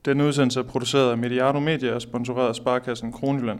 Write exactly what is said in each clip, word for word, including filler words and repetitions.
Denne udsendelse er produceret af Mediano Media og sponsoreret af Sparekassen Kronjylland.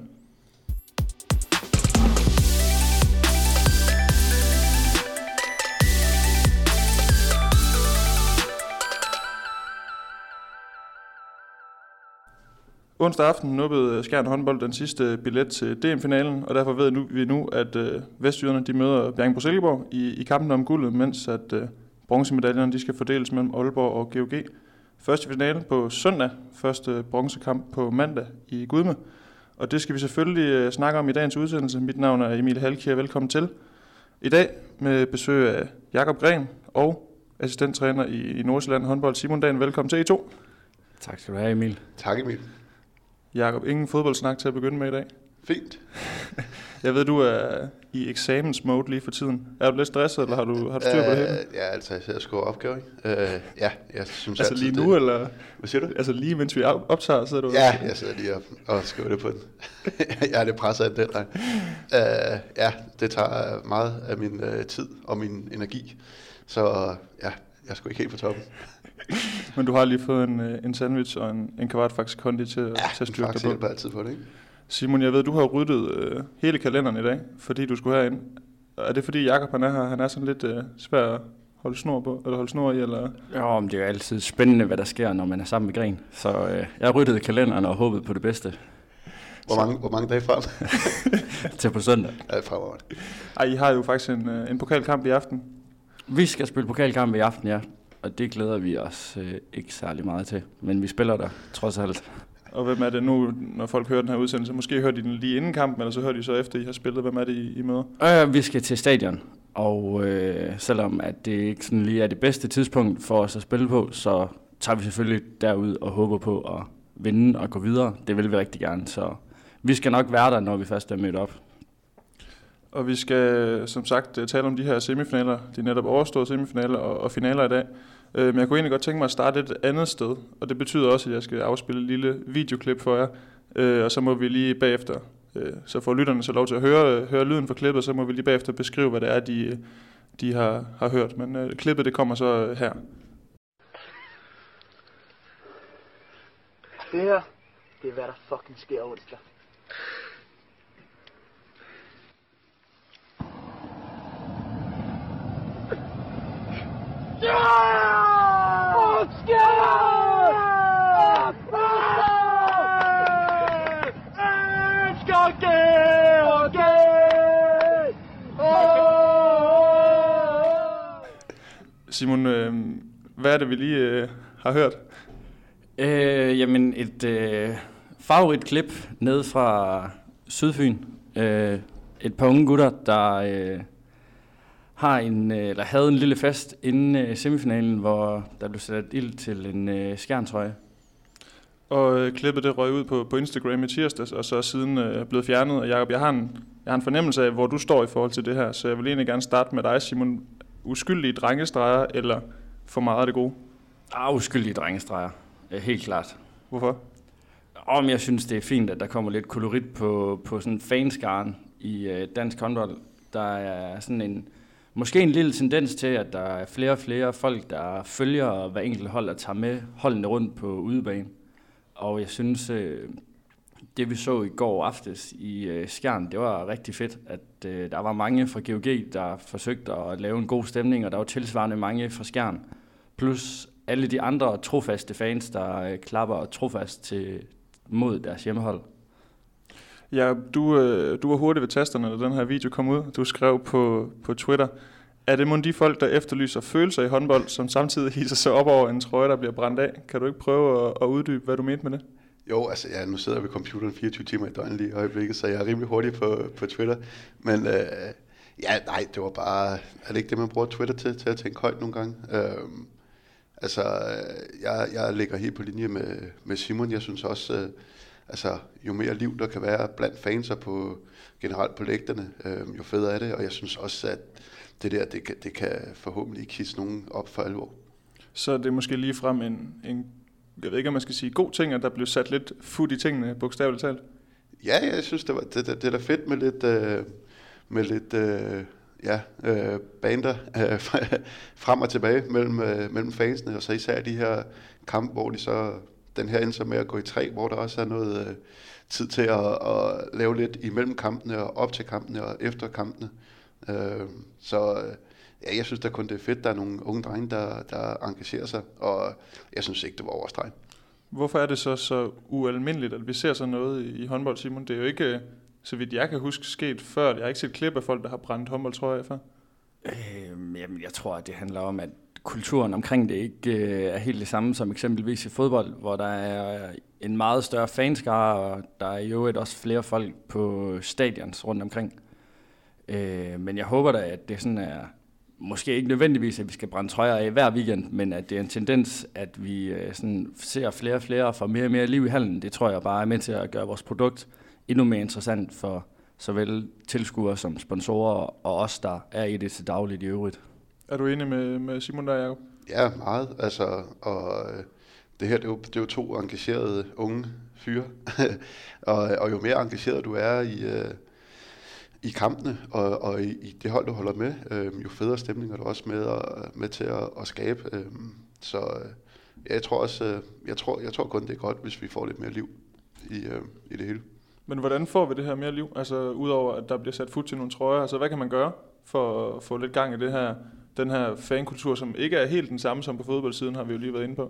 Onsdag aften nubbede Skjern håndbold den sidste billet til D M-finalen, og derfor ved vi nu, at øh, vestjyderne de møder Bjerringbro-Silkeborg i, i kampen om guldet, mens at øh, bronzemedaljerne de skal fordeles mellem Aalborg og G O G. Første finale på søndag, første bronzekamp på mandag i Gudme, og det skal vi selvfølgelig øh, snakke om i dagens udsendelse. Mit navn er Emil Halkier, velkommen til. I dag med besøg af Jakob Green og assistenttræner i, i Nordsjælland håndbold Simon Dahl. Velkommen til I to. Tak skal du have, Emil. Tak, Emil. Jakob, ingen fodboldsnak til at begynde med i dag. Fint. Jeg ved, du er i eksamensmode lige for tiden. Er du lidt stresset, eller har du, har du styr på det hele? Uh, ja, altså jeg sidder og skriver opgave, ikke? Uh, ja, jeg synes altså altid, lige nu, det... eller? Hvad siger du? Altså lige mens vi optager, sidder du? Ja, jeg sidder lige og, og skriver det på den. Jeg er det presset af den der. Uh, ja, det tager meget af min uh, tid og min energi. Så uh, ja, jeg er sgu ikke helt på toppen. Men du har lige fået en, en sandwich og en, en kvart faktisk kondi til, ja, til at styrke dig på. Ja, hjælper altid på det, ikke? Simon, jeg ved, du har ryddet øh, hele kalenderen i dag, fordi du skulle herind. Er det fordi Jakob han er her, han er sådan lidt øh, svær at holde snor på, eller holde snor i, eller? Jo, men det er jo altid spændende, hvad der sker, når man er sammen med Gren. Så øh, jeg ryddede kalenderen og håbede på det bedste. Hvor mange, hvor mange dage frem? Til på søndag. Ja, fremover. Ej, I har jo faktisk en, øh, en pokalkamp i aften. Vi skal spille pokalkamp i aften, ja. Og det glæder vi os øh, ikke særlig meget til. Men vi spiller der, trods alt. Og hvem er det nu, når folk hører den her udsendelse? Måske hører de den lige inden kampen, eller så hører de så efter, I har spillet. Hvem er det, I, I møder? Øh, vi skal til stadion. Og øh, selvom at det ikke sådan lige er det bedste tidspunkt for os at spille på, så tager vi selvfølgelig derud og håber på at vinde og gå videre. Det vil vi rigtig gerne. Så vi skal nok være der, når vi først er mødt op. Og vi skal som sagt tale om de her semifinaler, de netop overståede semifinaler og, og finaler i dag. Øh, men jeg kunne egentlig godt tænke mig at starte et andet sted, og det betyder også, at jeg skal afspille et lille videoklip for jer. Øh, og så må vi lige bagefter, øh, så får lytterne så lov til at høre, høre lyden fra klippet, så må vi lige bagefter beskrive, hvad det er, de, de har, har hørt. Men øh, klippet det kommer så her. Det her, det er hvad der fucking sker onsdag. Ja! Simon, øh, hvad er det, vi lige øh, har hørt? Øh, jamen, et øh, favoritklip ned fra Sydfyn. Øh, et par unge gutter, der... Øh, har en, eller havde en lille fest inden uh, semifinalen, hvor der blev sat ild til en uh, skjerntrøje. Og uh, klippet det røg ud på, på Instagram i tirsdags, og så er siden uh, blevet fjernet. Og Jacob, jeg har, en, jeg har en fornemmelse af, hvor du står i forhold til det her, så jeg vil egentlig gerne starte med dig, Simon. Uskyldige drengestreger, eller for meget af det gode? Ah, uskyldige drengestreger. Helt klart. Hvorfor? Om jeg synes, det er fint, at der kommer lidt kolorit på, på sådan en fanskaren i uh, dansk håndbold. Der er sådan en... Måske en lille tendens til, at der er flere og flere folk, der følger hver enkelt hold og tager med holdene rundt på udebane. Og jeg synes, det vi så i går aftes i Skjern, det var rigtig fedt, at der var mange fra G O G, der forsøgte at lave en god stemning, og der var tilsvarende mange fra Skjern. Plus alle de andre trofaste fans, der klapper trofast til, mod deres hjemmehold. Ja, du, øh, du var hurtig ved tasterne, da den her video kom ud. Du skrev på, på Twitter, er det mon de folk, der efterlyser følelser i håndbold, som samtidig hisser sig op over en trøje, der bliver brændt af? Kan du ikke prøve at, at uddybe, hvad du mente med det? Jo, altså ja, nu sidder jeg ved computeren fireogtyve timer i døgnet lige i øjeblikket, så jeg er rimelig hurtig på, på Twitter. Men øh, ja, nej, det var bare, er det ikke det, man bruger Twitter til, til at tænke højt nogle gange? Øh, altså, jeg, jeg ligger helt på linje med, med Simon. Jeg synes også... Øh, Altså, jo mere liv der kan være blandt fans og på, generelt på lægterne, øh, jo federe er det. Og jeg synes også, at det der, det kan, det kan forhåbentlig ikke hisse nogen op for alvor. Så det er måske lige frem en, en, jeg ved ikke, om man skal sige god ting, at der blev sat lidt fod i tingene, bogstaveligt talt? Ja, jeg synes, det, var, det, det, det er da fedt med lidt, øh, med lidt øh, ja, øh, bander øh, frem og tilbage mellem, øh, mellem fansene. Og så især de her kampe, hvor de så den her endte så med at gå i tre, hvor der også er noget øh, tid til at, at lave lidt imellem kampene, og op til kampene, og efter kampene. Øh, så øh, ja, jeg synes da kun det er fedt, der er nogle unge drenge, der, der engagerer sig, og jeg synes ikke, det var overstregen. Hvorfor er det så så ualmindeligt, at vi ser sådan noget i, i håndbold, Simon? Det er jo ikke, så vidt jeg kan huske, sket før. Jeg har ikke set klip af folk, der har brændt håndboldtrøjer før. Øh, jamen, jeg tror, at det handler om, at kulturen omkring det ikke øh, er helt det samme som eksempelvis i fodbold, hvor der er en meget større fanskare, og der er jo også flere folk på stadions rundt omkring. Øh, men jeg håber da, at det sådan er, måske ikke nødvendigvis, at vi skal brænde trøjer af hver weekend, men at det er en tendens, at vi øh, sådan ser flere og flere og får mere og mere liv i hallen. Det tror jeg bare er med til at gøre vores produkt endnu mere interessant for såvel tilskuere som sponsorer, og os, der er i det til dagligt i øvrigt. Er du enig med, med Simon der, Jacob? Ja, meget. Altså, og øh, det her, det er, jo, det er jo to engagerede unge fyre. og, og jo mere engageret du er i, øh, i kampene, og, og i, i det hold, du holder med, øh, jo federe stemning er du også med, at, med til at, at skabe. Øh, så øh, jeg tror også, øh, jeg tror, jeg tror kun, det er godt, hvis vi får lidt mere liv i, øh, i det hele. Men hvordan får vi det her mere liv? Altså udover at der bliver sat fod til nogle trøjer, altså hvad kan man gøre for at få lidt gang i det her, den her fankultur, som ikke er helt den samme som på fodboldsiden, har vi jo lige været inde på?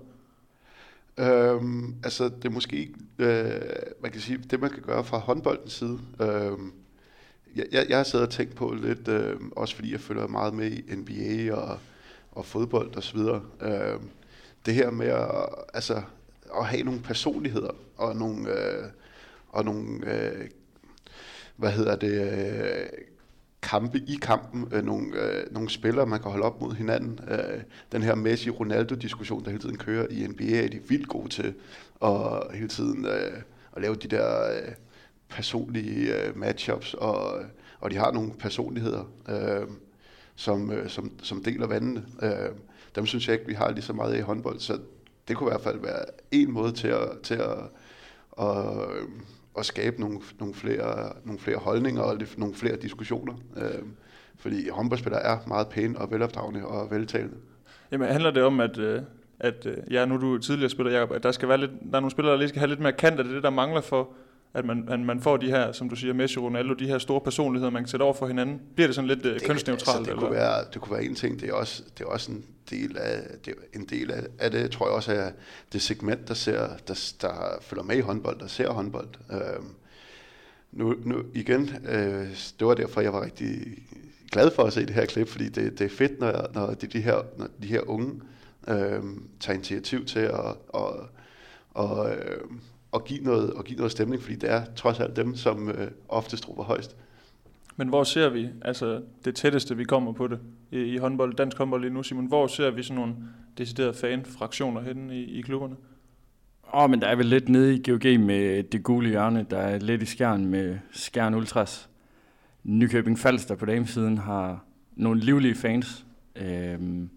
Øhm, altså det er måske øh, man kan sige det man kan gøre fra håndboldens side. Øhm, jeg, jeg, jeg har siddet og tænkt på lidt, øh, også fordi jeg følger meget med i N B A og, og fodbold og så videre. Øhm, det her med at, altså, at have nogle personligheder og nogle øh, og nogle øh, hvad hedder det øh, kampe i kampen, øh, nogle, øh, nogle spillere, man kan holde op mod hinanden. Øh, den her Messi-Ronaldo-diskussion, der hele tiden kører i N B A, er de vildt gode til at hele tiden øh, at lave de der øh, personlige øh, matchups, og, og de har nogle personligheder, øh, som, øh, som, som deler vandene. Øh, dem synes jeg ikke, vi har lige så meget af i håndbold, så det kunne i hvert fald være en måde til at, til at, at at skabe nogle, nogle, flere, nogle flere holdninger og nogle flere diskussioner. Øh, fordi håndboldspillere er meget pæne og velopdragende og veltalende. Jamen handler det om, at, at ja, nu er du tidligere spiller, Jacob, at der skal være lidt, der er nogle spillere, der lige skal have lidt mere kant af det, det der mangler for, at man, at man får de her, som du siger, Messi, Ronaldo, de her store personligheder, man kan sætte over for hinanden. Bliver det sådan lidt det kønsneutralt? Altså, det, kunne være, det kunne være en ting, det er også, det er også en del af det, en del af, af det, tror jeg også er det segment, der, ser, der, der følger med i håndbold, der ser håndbold. Øhm, nu, nu igen, øh, det var derfor, jeg var rigtig glad for at se det her klip, fordi det, det er fedt, når, når, de, de, her, når de her unge øh, tager initiativ til at og, og, øh, og give noget, og give noget stemning, fordi det er trods alt dem, som øh, oftest råber højst. Men hvor ser vi, altså det tætteste vi kommer på det i, i håndbold, dansk håndbold lige nu, Simon, hvor ser vi sådan nogle deciderede fan-fraktioner henne i, i klubberne? Åh, oh, men der er vel lidt nede i G O G med det gule hjørne, der er lidt i Skjern med Skjern Ultras. Nykøbing Falster på damesiden har nogle livlige fans. Øhm,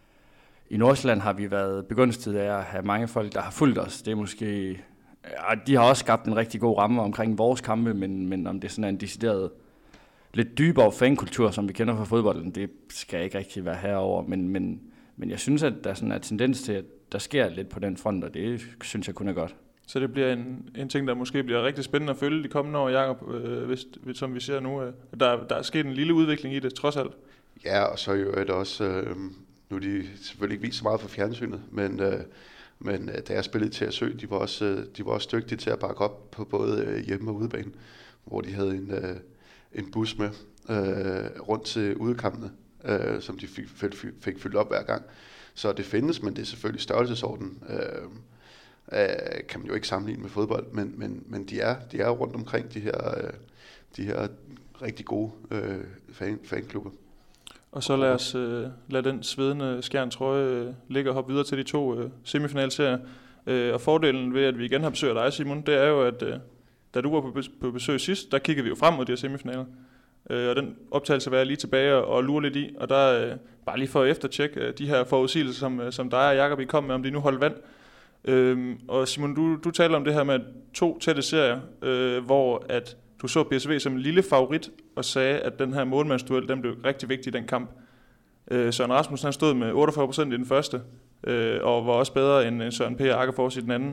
I Nordsjælland har vi været begunstiget af at have mange folk, der har fulgt os. Det er måske, ja, de har også skabt en rigtig god ramme omkring vores kampe, men, men om det sådan er en decideret lidt dybere fankultur, som vi kender fra fodbolden, det skal ikke rigtig være herover. Men, men, men jeg synes, at der sådan er tendens til, at der sker lidt på den front, og det synes jeg kun er godt. Så det bliver en, en ting, der måske bliver rigtig spændende at følge de kommende år, Jacob, øh, hvis, som vi ser nu. Øh, der, der er sket en lille udvikling i det, trods alt. Ja, og så jo er det også, øh, nu er de selvfølgelig ikke vist så meget for fjernsynet, men, øh, men da jeg spillede til at søge, de var, også, øh, de var også dygtige til at bakke op på både øh, hjemme- og udebane, hvor de havde en, øh, en bus med øh, rundt til udekampene, øh, som de fik, fik, fik fyldt op hver gang. Så det findes, men det er selvfølgelig størrelsesorden. Øh, øh, kan man jo ikke sammenligne med fodbold, men, men, men de, er, de er rundt omkring de her, øh, de her rigtig gode øh, fan, fanklubber. Og så lad os øh, lade den svedende Skjern trøje øh, ligge og hoppe videre til de to øh, semifinalserier. Øh, og fordelen ved, at vi igen har besøg af dig, Simon, det er jo, at øh, da du var på, bes- på besøg sidst, der kiggede vi jo frem mod de her semifinaler. Øh, og den optagelse var jeg lige tilbage og, og lure lidt i. Og der, øh, bare lige for at eftertjekke øh, de her forudsigelser, som, øh, som dig og Jacob I kom med, om de nu holdt vand. Øh, og Simon, du, du taler om det her med to tætte serier, øh, hvor at du så P S V som en lille favorit og sagde, at den her målmandsduel, den blev rigtig vigtig i den kamp. Øh, Søren Rasmussen han stod med otteogfyrre procent i den første, øh, og var også bedre end Søren P. Akerfors i den anden.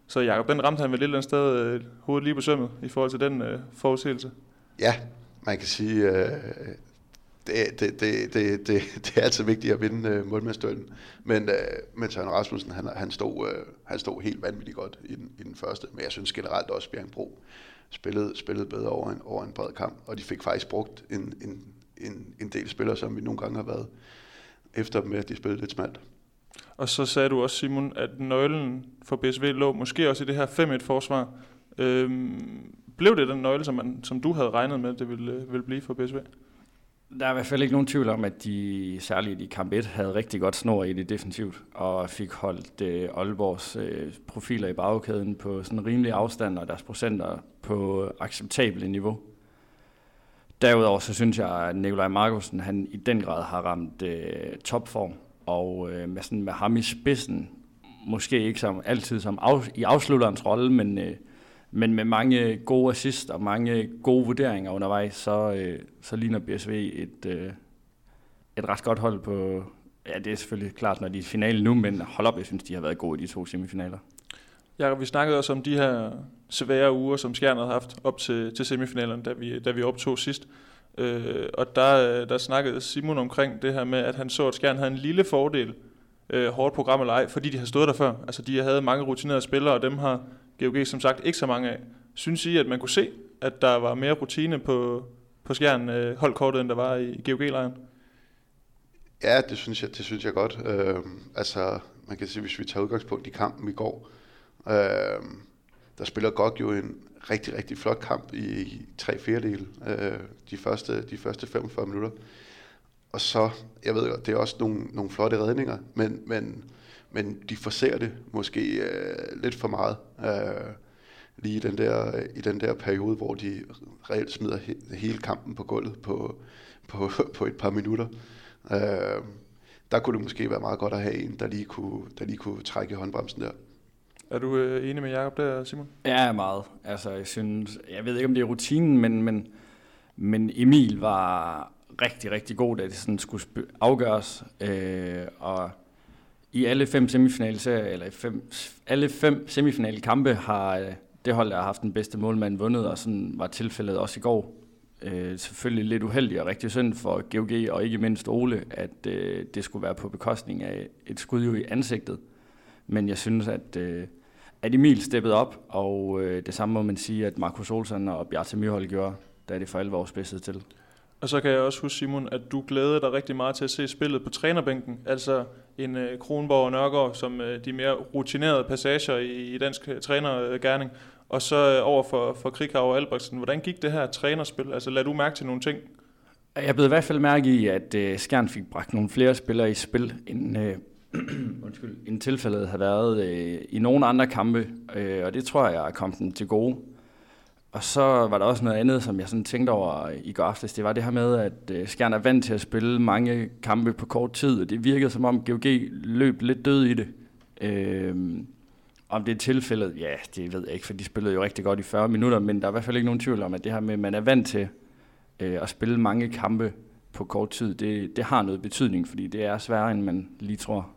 Så Jacob, den ramte han vel et eller andet sted øh, hovedet lige på sømmet i forhold til den øh, forudsigelse. Ja, man kan sige, øh, det, det, det, det, det, det er altid vigtigt at vinde øh, målmandsduellen. Men, øh, men Søren Rasmussen, han, han, stod, øh, han stod helt vanvittigt godt i den, i den første. Men jeg synes generelt også, at Bjerringbro spillede, spillede bedre over en, over en bred kamp. Og de fik faktisk brugt en, en, en, en del spillere, som vi nogle gange har været efter med, at de spillede lidt smalt. Og så sagde du også, Simon, at nøglen for B S V lå måske også i det her fem et forsvar. Øhm, blev det den nøgle, som, man, som du havde regnet med, det ville, ville blive for B S V? Der er i hvert fald ikke nogen tvivl om, at de særligt i kamp et havde rigtig godt snor i det defensivt, og fik holdt øh, Aalborgs øh, profiler i bagkæden på sådan en rimelig afstand, og deres procenter på acceptabelt niveau. Derudover så synes jeg, at Nikolaj Markusen, han i den grad har ramt øh, topform, og øh, med, sådan, med ham i spidsen, måske ikke som altid som af, i afslutterens rolle, men, øh, men med mange gode assist og mange gode vurderinger undervejs, så, øh, så ligner B S V et, øh, et ret godt hold på, ja, det er selvfølgelig klart, når de er i finalen nu, men hold op, jeg synes, de har været gode i de to semifinaler. Jakob, vi snakkede også om de her svære uger, som Skjern havde haft op til, til semifinalerne, da vi, da vi optog sidst. Øh, og der, der snakkede Simon omkring det her med, at han så, at Skjern havde en lille fordel, øh, hårdt program eller ej, fordi de har stået der før. Altså de havde mange rutinerede spillere, og dem har G O G som sagt ikke så mange af. Synes I, at man kunne se, at der var mere rutine på, på Skjern øh, holdkortet, end der var i G O G-lejren? Ja, det synes jeg, det synes jeg godt. Øh, altså, man kan sige, hvis vi tager udgangspunkt i kampen i går, øh, der spiller G O G jo en rigtig, rigtig flot kamp i, i tre fjerdedele, øh, de første, de første femogfyrre minutter. Og så, jeg ved godt, det er også nogle, nogle flotte redninger, men, men, men de forser det måske øh, lidt for meget. Øh, lige i den, der, i den der periode, hvor de reelt smider he, hele kampen på gulvet på, på, på et par minutter. Øh, der kunne det måske være meget godt at have en, der lige kunne, der lige kunne trække i håndbremsen der. Er du øh, enig med Jacob der, Simon? Ja, meget. Altså, jeg synes, jeg ved ikke, om det er rutinen, men, men, men Emil var rigtig, rigtig god, da det sådan skulle afgøres. Øh, og i alle fem semifinalserier, eller i fem, alle fem semifinale kampe, har det hold, der har haft den bedste målmand, vundet, og sådan var tilfældet også i går. Øh, selvfølgelig lidt uheldigt og rigtig synd for G O G, og ikke mindst Ole, at øh, det skulle være på bekostning af et skud i ansigtet. Men jeg synes, at, øh, at Emil steppede op, og øh, det samme må man sige, at Markus Olsen og Bjarte Myrhold gjorde, da det for alvor spidsede til. Og så kan jeg også huske, Simon, at du glædede dig rigtig meget til at se spillet på trænerbænken. Altså en øh, Kronborg og Nørgaard, som øh, de mere rutinerede passager i, i dansk øh, trænergerning. Og så øh, over for, for Krikau og Albrechtsen. Hvordan gik det her trænerspil? Altså lad du mærke til nogle ting? Jeg blev i hvert fald mærke i, at øh, Skjern fik bragt nogle flere spillere i spil, end, øh, undskyld, end tilfældet har været øh, i nogle andre kampe. Øh, og det tror jeg er kommet dem til gode. Og så var der også noget andet, som jeg sådan tænkte over i går aftes. Det var det her med, at øh, Skjern er vant til at spille mange kampe på kort tid, og det virkede som om G O G løb lidt død i det. Øh, om det er tilfældet, ja, det ved jeg ikke, for de spillede jo rigtig godt i fyrre minutter, men der er i hvert fald ikke nogen tvivl om, at det her med, at man er vant til øh, at spille mange kampe på kort tid, det, det har noget betydning, fordi det er sværere, end man lige tror.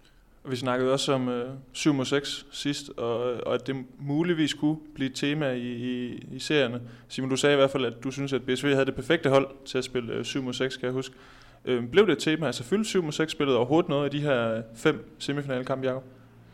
Vi snakkede også om øh, syv mod seks sidst, og, og at det muligvis kunne blive et tema i, i, i serierne. Simon, du sagde i hvert fald, at du synes, at B S V havde det perfekte hold til at spille øh, syv mod seks, kan jeg huske. Øh, blev det et tema? Altså fyldte syv mod seks spillet overhovedet noget af de her fem semifinale kampe, Jacob?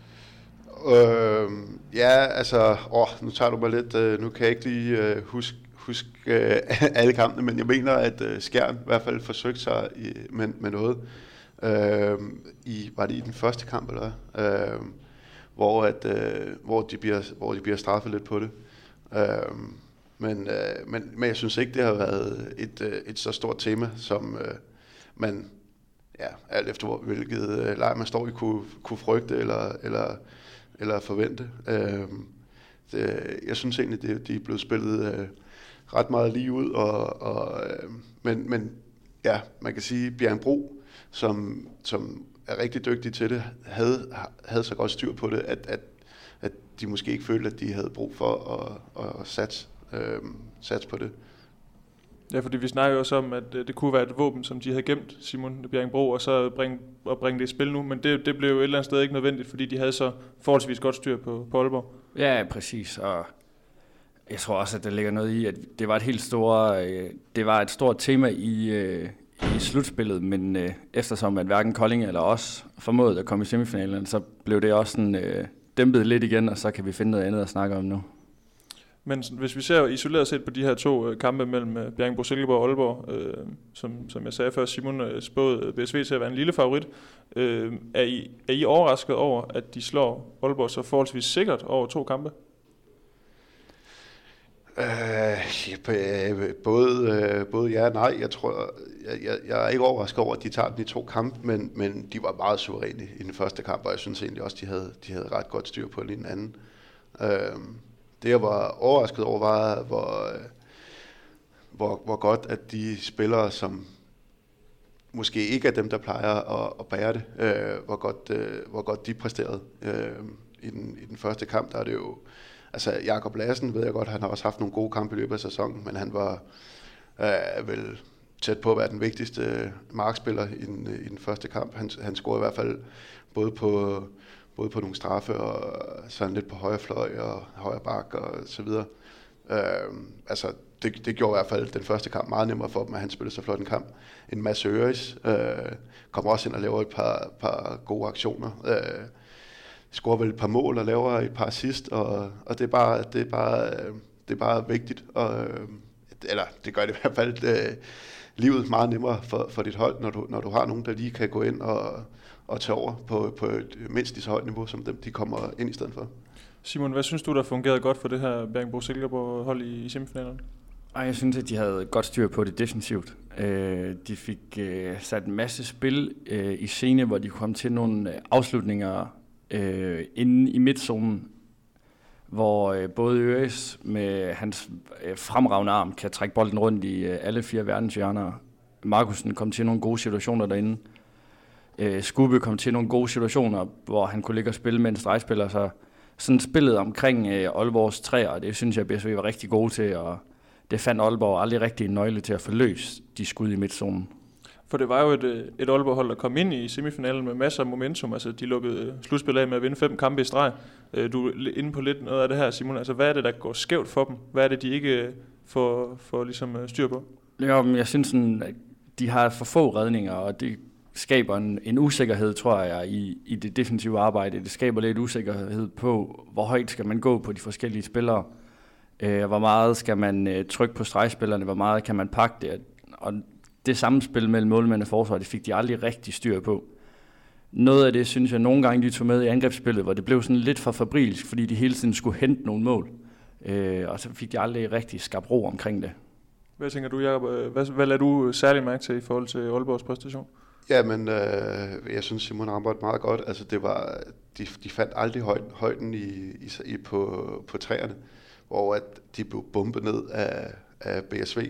Øh, ja, altså, åh, nu tager du mig lidt, øh, nu kan jeg ikke lige øh, huske husk, øh, alle kampene, men jeg mener, at øh, Skjern i hvert fald forsøgte sig i, med, med noget. Øh, i, var det i den første kamp, eller øh, hvor, at, øh, hvor, de bliver, hvor de bliver straffet lidt på det. Øh, men, øh, men, men jeg synes ikke, det har været et, øh, et så stort tema, som øh, man, ja, alt efter hvilket øh, leg man står i, kunne, kunne frygte eller, eller, eller forvente. Øh, det, jeg synes egentlig, det, de er blevet spillet øh, ret meget lige ud, og, og, øh, men, men ja, man kan sige, Bjerringbro, som, som er rigtig dygtig til det, havde, havde så godt styr på det, at, at, at de måske ikke følte, at de havde brug for at, at satse, øh, satse på det. Ja, fordi vi snakker jo også om, at det kunne være et våben, som de havde gemt, Simon Bjerringbro, og så bringe, og bringe det i spil nu. Men det, det blev jo et eller andet sted ikke nødvendigt, fordi de havde så forholdsvis godt styr på, på Aalborg. Ja, præcis. Og jeg tror også, at der ligger noget i, at det var et helt stort, det var et stort tema i, i slutspillet, men eftersom at hverken Kolding eller os formåede at komme i semifinalen, så blev det også sådan, øh, dæmpet lidt igen, og så kan vi finde noget andet at snakke om nu. Men hvis vi ser isoleret set på de her to øh, kampe mellem øh, Bjerringbro Silkeborg og Aalborg, øh, som, som jeg sagde før, Simon øh, spåede B S V til at være en lille favorit. Øh, er, I, er I overrasket over, at de slår Aalborg så forholdsvis sikkert over to kampe? Øh, både, både ja og nej. Jeg tror, jeg, jeg, jeg er ikke overrasket over, at de tager den i to kampe, men, men de var meget suveræne i den første kamp, og jeg synes egentlig også, de havde, de havde ret godt styr på den anden. Øh, Det jeg var overrasket over var, hvor, hvor, hvor godt at de spillere, som måske ikke er dem, der plejer at, at bære det, øh, hvor, godt, øh, hvor godt de præsterede øh, i, den, i den første kamp. Der er det jo, altså Jakob Lassen ved jeg godt, han har også haft nogle gode kampe i løbet af sæsonen, men han var øh, vel tæt på at være den vigtigste markspiller i den, i den første kamp. Han, han scorede i hvert fald både på både på nogle straffe og sådan lidt på højre fløj og højre bak og så videre. Øh, altså, det, det gjorde i hvert fald den første kamp meget nemmere for dem, at han spillede så flot en kamp. En masse Øres øh, kommer også ind og laver et par, par gode aktioner. Øh, scorer vel et par mål og laver et par assist, og, og det, er bare, det, er bare, det er bare vigtigt. Og, eller det gør det i hvert fald øh, livet meget nemmere for, for dit hold, når du, når du har nogen, der lige kan gå ind og og tage over på, på et mindst lige så højt niveau, som dem, de kommer ind i stedet for. Simon, hvad synes du, der fungerede godt for det her Bjerringbro Silkeborg hold i, i semifinalen? Ej, jeg synes, at de havde godt styr på det defensivt. Øh, de fik øh, sat en masse spil øh, i scene, hvor de kom til nogle øh, afslutninger øh, inde i midtzonen, hvor øh, både Øres med hans øh, fremragende arm kan trække bolden rundt i øh, alle fire verdenshjørner. Markusen kom til nogle gode situationer derinde. Øh, Skubbe kom til nogle gode situationer, hvor han kunne ligge og spille med en stregspiller. Så sådan spillet omkring øh, Aalborgs træer, det synes jeg, B S V var rigtig gode til, og det fandt Aalborg aldrig rigtig en nøgle til at forløse de skud i midtzonen. For det var jo et, et Aalborg-hold, der kom ind i semifinalen med masser af momentum. Altså, de lukkede slutspillet af med at vinde fem kampe i streg. Du er inde på lidt noget af det her, Simon. Altså, hvad er det, der går skævt for dem? Hvad er det, de ikke får, får ligesom styr på? Jo, men jeg synes, sådan, at de har for få redninger, og det skaber en, en usikkerhed, tror jeg, i, i det defensive arbejde. Det skaber lidt usikkerhed på, hvor højt skal man gå på de forskellige spillere. Øh, hvor meget skal man øh, trykke på stregspillerne, hvor meget kan man pakke det. Og det samspil mellem målmænd og forsvar, det fik de aldrig rigtig styr på. Noget af det, synes jeg, nogle gange de tog med i angrebsspillet, hvor det blev sådan lidt for fabrilsk, fordi de hele tiden skulle hente nogle mål. Øh, og så fik de aldrig rigtig skabt ro omkring det. Hvad tænker du, Jacob? Hvad, hvad lader du særlig mærke til i forhold til Aalborgs præstation? Ja, men øh, jeg synes, Simon rammer det meget godt. Altså, det var, de, de fandt aldrig høj, højden i, i, på, på træerne, hvor at de blev bumpet ned af, af B S V.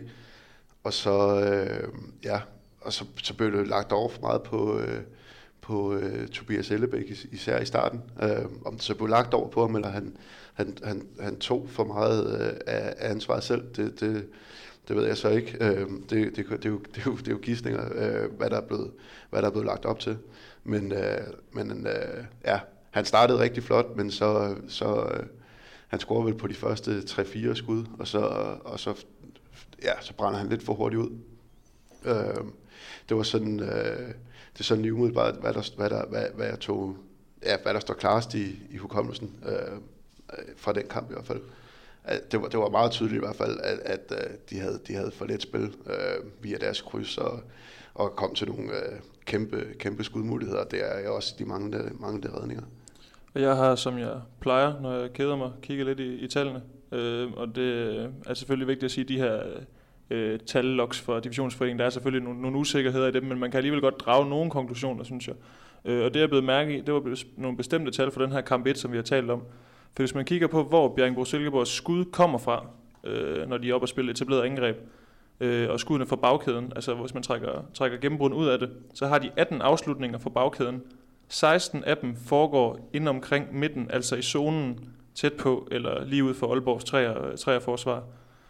Og så, øh, ja, og så, så blev det lagt over for meget på, øh, på øh, Tobias Ellebæk, især i starten. Øh, om det så blev lagt over på ham, eller han, han, han, han tog for meget øh, af, af ansvaret selv, det, det, det ved jeg så ikke. Øh, det, det, det, det, er jo, det, er jo, det er jo gidsninger, øh, hvad, der er blevet, hvad der er blevet lagt op til. Men, øh, men øh, ja, han startede rigtig flot, men så, så øh, han scorede vel på de første tre fire skud, og så, og så, ja, så brænder han lidt for hurtigt ud. Øh, det var sådan, øh, det er sådan lige umiddelbart, hvad der, hvad der, hvad, hvad jeg tog, ja, hvad der står klarest i, i hukommelsen øh, fra den kamp i hvert fald. Det var, det var meget tydeligt i hvert fald, at, at, at de, havde, de havde for let spil øh, via deres kryds og, og kom til nogle øh, kæmpe, kæmpe skudmuligheder. Det er også de manglende, manglende redninger. Og jeg har, som jeg plejer, når jeg keder mig, kigget lidt i, i tallene. Øh, og det er selvfølgelig vigtigt at sige, at de her øh, tallogs fra Divisionsforeningen, der er selvfølgelig nogle, nogle usikkerheder i dem, men man kan alligevel godt drage nogle konklusioner, synes jeg. Øh, og det er blevet mærke i, det var nogle bestemte tal for den her kamp et, som vi har talt om. For hvis man kigger på, hvor Bjerringbro Silkeborgs skud kommer fra, øh, når de er oppe og spille etableret angreb, øh, og skuddene fra bagkæden, altså hvis man trækker, trækker gennembruden ud af det, så har de atten afslutninger fra bagkæden. seksten af dem foregår inde omkring midten, altså i zonen tæt på, eller lige ud for Aalborgs træer, træerforsvar.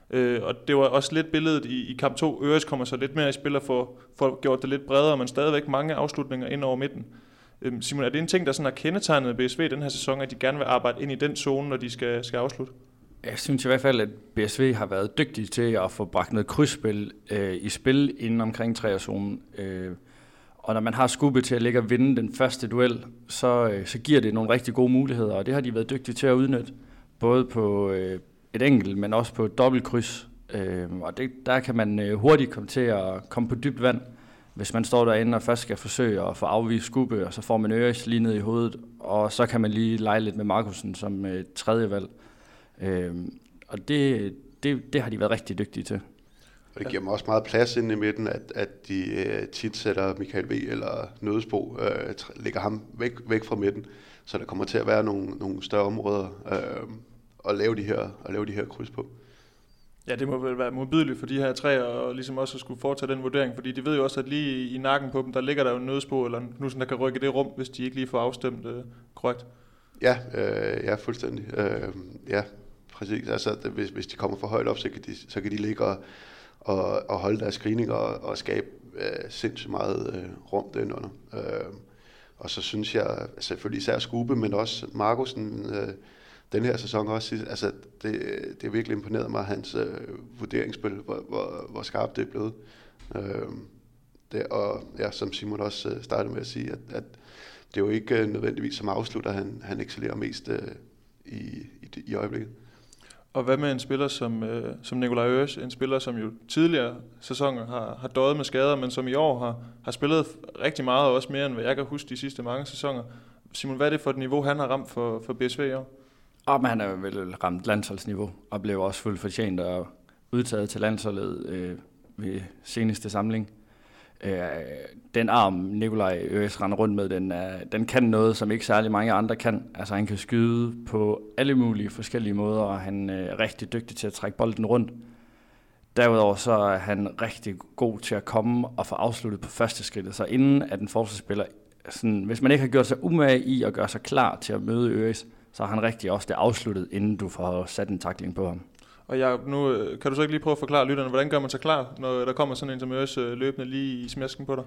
Øh, og det var også lidt billedet i, i kamp to. Øres kommer så lidt mere i spil og får, får gjort det lidt bredere, men stadigvæk mange afslutninger ind over midten. Øh, Simon, er det en ting, der sådan har kendetegnet B S V i den her sæson, at de gerne vil arbejde ind i den zone, når de skal, skal afslutte? Jeg synes i hvert fald, at B S V har været dygtige til at få bragt noget krydsspil øh, i spil inden omkring treerzonen. Øh, og når man har skubbe til at ligge og vinde den første duel, så, øh, så giver det nogle rigtig gode muligheder, og det har de været dygtige til at udnytte. Både på øh, et enkelt, men også på et dobbeltkryds. Øh, og det, der kan man øh, hurtigt komme til at komme på dybt vand, hvis man står derinde og først skal forsøge at få afvist skubbe, og så får man Øres lige ned i hovedet, og så kan man lige lege lidt med Markusen som øh, tredje valg. Øh, og det, det, det har de været rigtig dygtige til. Og det giver mig også meget plads inde i midten, at, at de øh, tit sætter Michael V. eller Nødesbo, øh, lægger ham væk, væk fra midten, så der kommer til at være nogle, nogle større områder øh, at, lave de her, at lave de her kryds på. Ja, det må vel være modbydeligt for de her tre, og ligesom også at skulle foretage den vurdering, fordi de ved jo også, at lige i nakken på dem, der ligger der jo en Nødesbo, eller nu sådan, der kan rykke det rum, hvis de ikke lige får afstemt øh, korrekt. Ja, øh, ja, fuldstændig. Øh, ja, præcis. Altså, hvis, hvis de kommer for højt op, så kan de, så kan de ligge og, og, og holde deres screening og, og skabe øh, sindssygt meget øh, rum derunder. Øh, og så synes jeg selvfølgelig især Skube, men også Markusen, øh, den her sæson også, altså det, det er virkelig imponeret mig, hans øh, vurderingsspil, hvor, hvor, hvor skarpt det er blevet. Øh, det, og ja, som Simon også øh, startede med at sige, at, at det er jo ikke øh, nødvendigvis som afslutter, han, han excellerer mest øh, i, i, i øjeblikket. Og hvad med en spiller som, øh, som Nikolaj Øres, en spiller, som jo tidligere sæsoner har, har døjet med skader, men som i år har, har spillet rigtig meget, og også mere end hvad jeg kan huske de sidste mange sæsoner. Simon, hvad er det for et niveau, han har ramt for, for B S V i år? Og han har vel ramt landsholdsniveau, og blev også fuldt fortjent og udtaget til landsholdet øh, ved seneste samling. Øh, den arm, Nikolaj Øres render rundt med, den, er, den kan noget, som ikke særlig mange andre kan. Altså han kan skyde på alle mulige forskellige måder, og han er rigtig dygtig til at trække bolden rundt. Derudover så er han rigtig god til at komme og få afsluttet på første skridtet, så inden at en forsvarsspiller, sådan, hvis man ikke har gjort sig umage i at gøre sig klar til at møde Øres, så har han rigtig også det afsluttet, inden du får sat en tackling på ham. Og jeg, nu kan du så ikke lige prøve at forklare lytterne, hvordan gør man sig klar, når der kommer sådan en som Øres løbende lige i smæsken på dig?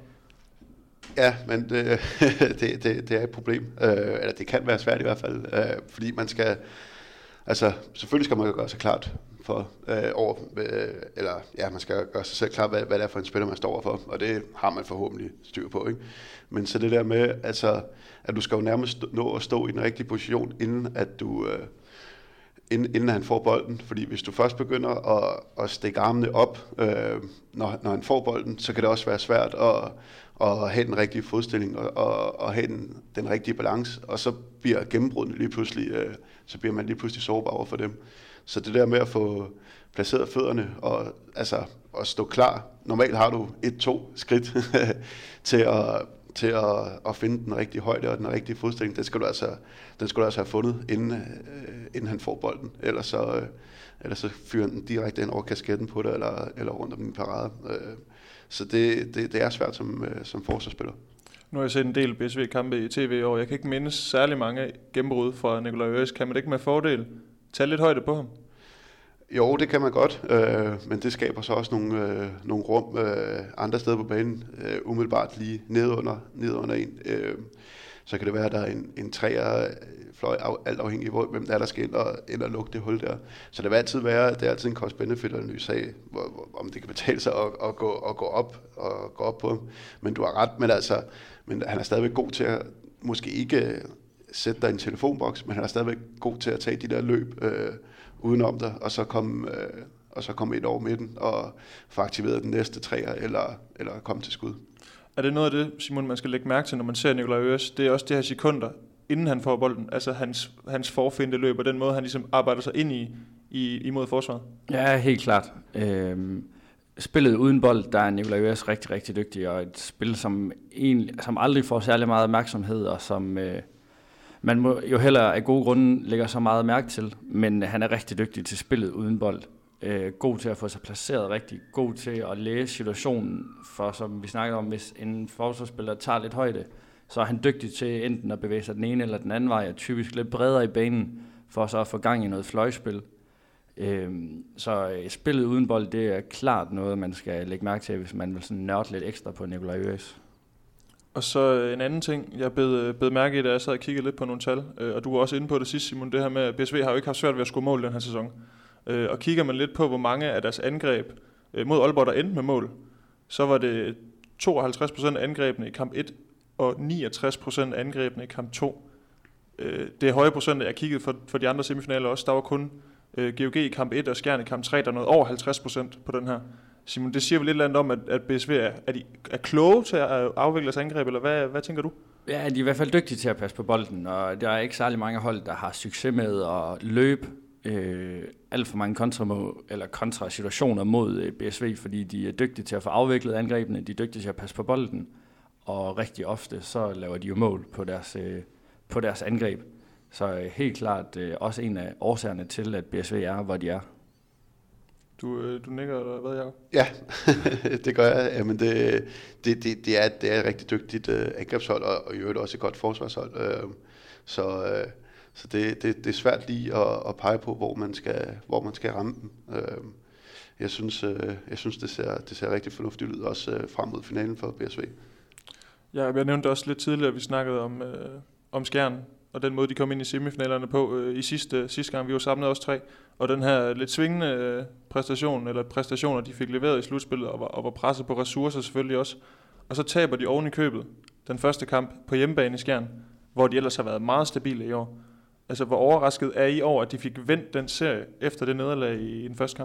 Ja, men det, det, det, det er et problem. Øh, eller det kan være svært i hvert fald, øh, fordi man skal, altså selvfølgelig skal man gøre sig klart for øh, over, øh, eller ja, man skal gøre sig selv klart, hvad, hvad det er for en spiller, man står overfor, og det har man forhåbentlig styr på, ikke? Men så det der med, altså, at du skal jo nærmest nå at stå i den rigtige position, inden at du, øh, inden, inden han får bolden, fordi hvis du først begynder at, at stikke armene op, øh, når, når han får bolden, så kan det også være svært at, at have den rigtige fodstilling og, og, og have den, den rigtige balance, og så bliver gennembruddene lige pludselig, øh, så bliver man lige pludselig sårbar over for dem. Så det der med at få placeret fødderne og altså at stå klar. Normalt har du et, to skridt til at til at, at finde den rigtige højde og den rigtige fodstilling. Den skal du altså, den skal du altså have fundet inden, øh, inden han får bolden. Ellers så, øh, ellers så fyrer den direkte ind over kasketten på dig eller eller rundt om din parade. Øh, så det, det det er svært som øh, som forsvarsspiller. Nu har jeg set en del B S V-kampe i tv i år. Jeg kan ikke mindes særlig mange gennembrud fra Nikolaj Øres. Kan man ikke med fordel tage lidt højde på ham? Jo, det kan man godt, øh, men det skaber så også nogle, øh, nogle rum øh, andre steder på banen, øh, umiddelbart lige nedunder, nedunder en. Øh, så kan det være, at der er en, en træer fløj, alt afhængig af, hvem der er, der skal ind og, ind og lukke det hul der. Så det vil altid være, det er altid en cost-benefit-analyse af, om det kan betale sig at, at, gå, at gå, op, og gå op på ham. Men du har ret, men, altså, men han er stadigvæk god til at måske ikke sætte dig i en telefonboks, men han er stadigvæk god til at tage de der løb øh, udenom dig, og så komme øh, og så komme ind over midten og få aktiveret den næste træer, eller, eller komme til skud. Er det noget af det, Simon, man skal lægge mærke til, når man ser Nikolaj Øres? Det er også de her sekunder, inden han får bolden, altså hans, hans forfinde løb, og den måde, han ligesom arbejder sig ind i, i imod forsvaret? Ja, helt klart. Øhm, spillet uden bold, der er Nikolaj Øres rigtig, rigtig dygtig, og et spil, som, egentlig, som aldrig får særlig meget opmærksomhed, og som øh, man må jo heller af gode grunde lægger så meget mærke til, men han er rigtig dygtig til spillet uden bold. Øh, god til at få sig placeret rigtig, god til at læse situationen, for som vi snakkede om, hvis en forsvarsspiller tager lidt højde, så er han dygtig til enten at bevæge sig den ene eller den anden vej, og typisk lidt bredere i banen, for så at få gang i noget fløjspil. Øhm, så øh, spillet uden bold, det er klart noget, man skal lægge mærke til, hvis man vil sådan nørde lidt ekstra på Nikolaj Øres. Og så en anden ting, jeg bed, bed mærke i, da jeg sad og kiggede lidt på nogle tal, øh, og du var også inde på det sidste, Simon, det her med, at B S V har jo ikke haft svært ved at score mål den her sæson. Øh, og kigger man lidt på, hvor mange af deres angreb øh, mod Aalborg, der endte med mål, så var det tooghalvtreds procent af angrebene i kamp et, og niogtres procent af angrebene i kamp to. Øh, det er høje procenter, jeg kiggede for, for de andre semifinaler også. Der var kun øh, G O G i kamp et og Skjern i kamp tre, der nåede over halvtreds procent på den her. Simon, det siger vel lidt andet om, at, at B S V er, er, de, er kloge til at afvikle deres angreb, eller hvad, hvad tænker du? Ja, de er i hvert fald dygtige til at passe på bolden, og der er ikke særlig mange hold, der har succes med at løbe øh, alt for mange kontra, eller kontra-situationer mod øh, B S V, fordi de er dygtige til at få afviklet angrebene, de er dygtige til at passe på bolden, og rigtig ofte så laver de jo mål på deres, øh, på deres angreb. Så øh, helt klart øh, også en af årsagerne til, at B S V er, hvor de er. Du, øh, du nikker, eller hvad, Jacob? Ja, det gør jeg. Jamen det, det, det, det, er, det er et rigtig dygtigt øh, angrebshold, og, og i øvrigt også et godt forsvarshold. Øh, så øh, så det, det, det er svært lige at, at pege på, hvor man skal, hvor man skal ramme dem. Øh, jeg synes, øh, jeg synes det, ser, det ser rigtig fornuftigt ud, også øh, frem mod finalen for B S V. Ja, jeg nævnte også lidt tidligere, at vi snakkede om, øh, om Skjern, og den måde, de kom ind i semifinalerne på øh, i sidste, sidste gang, vi var samlet også tre. Og den her lidt svingende øh, præstation, eller præstationer, de fik leveret i slutspillet, og var, og var presset på ressourcer selvfølgelig også. Og så taber de oven i købet den første kamp på hjemmebane i Skjern, hvor de ellers har været meget stabile i år. Altså, hvor overrasket er I over, at de fik vendt den serie efter det nederlag i, i den første kamp?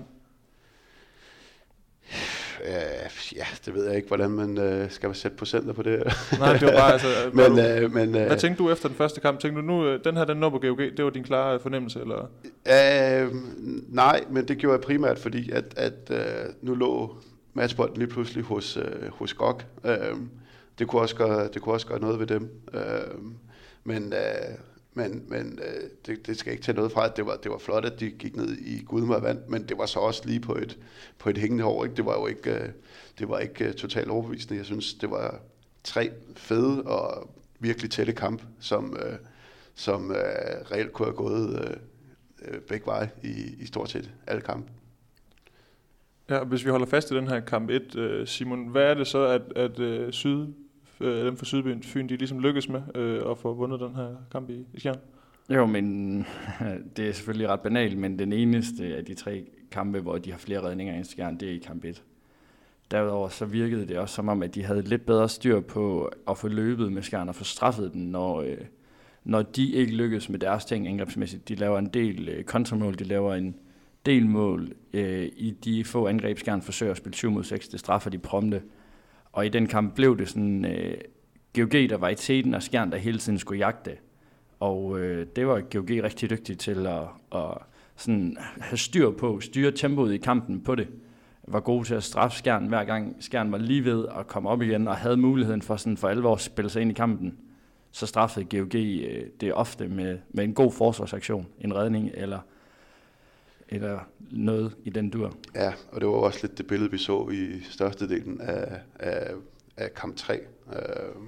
Uh, ja, det ved jeg ikke, hvordan man uh, skal sætte procenter på det. Nej, det var bare altså... men, du, uh, men, uh, hvad tænkte du efter den første kamp? Tænkte du nu, uh, den her, den når på G O G, det var din klare fornemmelse, eller? Uh, nej, men det gjorde jeg primært, fordi at, at uh, nu lå matchbolden lige pludselig hos, uh, hos G O G. Uh, det, kunne også gøre, det kunne også gøre noget ved dem. Uh, men... Uh, Men, men øh, det, det skal ikke tage noget fra, at det var, det var flot, at de gik ned i Gudme og vandt, men det var så også lige på et, på et hængende hår. Ikke? Det var jo ikke, øh, det var ikke uh, totalt overbevisende. Jeg synes, det var tre fede og virkelig tætte kamp, som, øh, som øh, reelt kunne have gået øh, begge veje i, i stort set alle kampe. Ja, hvis vi holder fast i den her kamp et, Simon, hvad er det så, at, at uh, Syd... dem fra Sydbyen, Fyn, de ligesom lykkes med øh, at få vundet den her kamp i, i Skjern? Jo, men det er selvfølgelig ret banalt, men den eneste af de tre kampe, hvor de har flere redninger end Skjern, det er i kamp et. Derudover så virkede det også som om, at de havde lidt bedre styr på at få løbet med Skjern og få straffet den, når, øh, når de ikke lykkes med deres ting angrebsmæssigt. De laver en del øh, kontramål, de laver en del mål øh, i de få angreb, Skjern forsøger at spille syv mod seks, det straffer de prompte. Og i den kamp blev det sådan øh, G O G, der var i teten, og Skjern, der hele tiden skulle jagte. Og øh, det var G O G rigtig dygtig til at, at sådan have styr på, styre tempoet i kampen på det. Var god til at straffe Skjern hver gang Skjern var lige ved at komme op igen, og havde muligheden for sådan for alvor at spille sig ind i kampen. Så straffede G O G øh, det ofte med, med en god forsvarsaktion, en redning eller, eller noget i den dur. Ja, og det var også lidt det billede, vi så i størstedelen af, af, af kamp tre. Øh,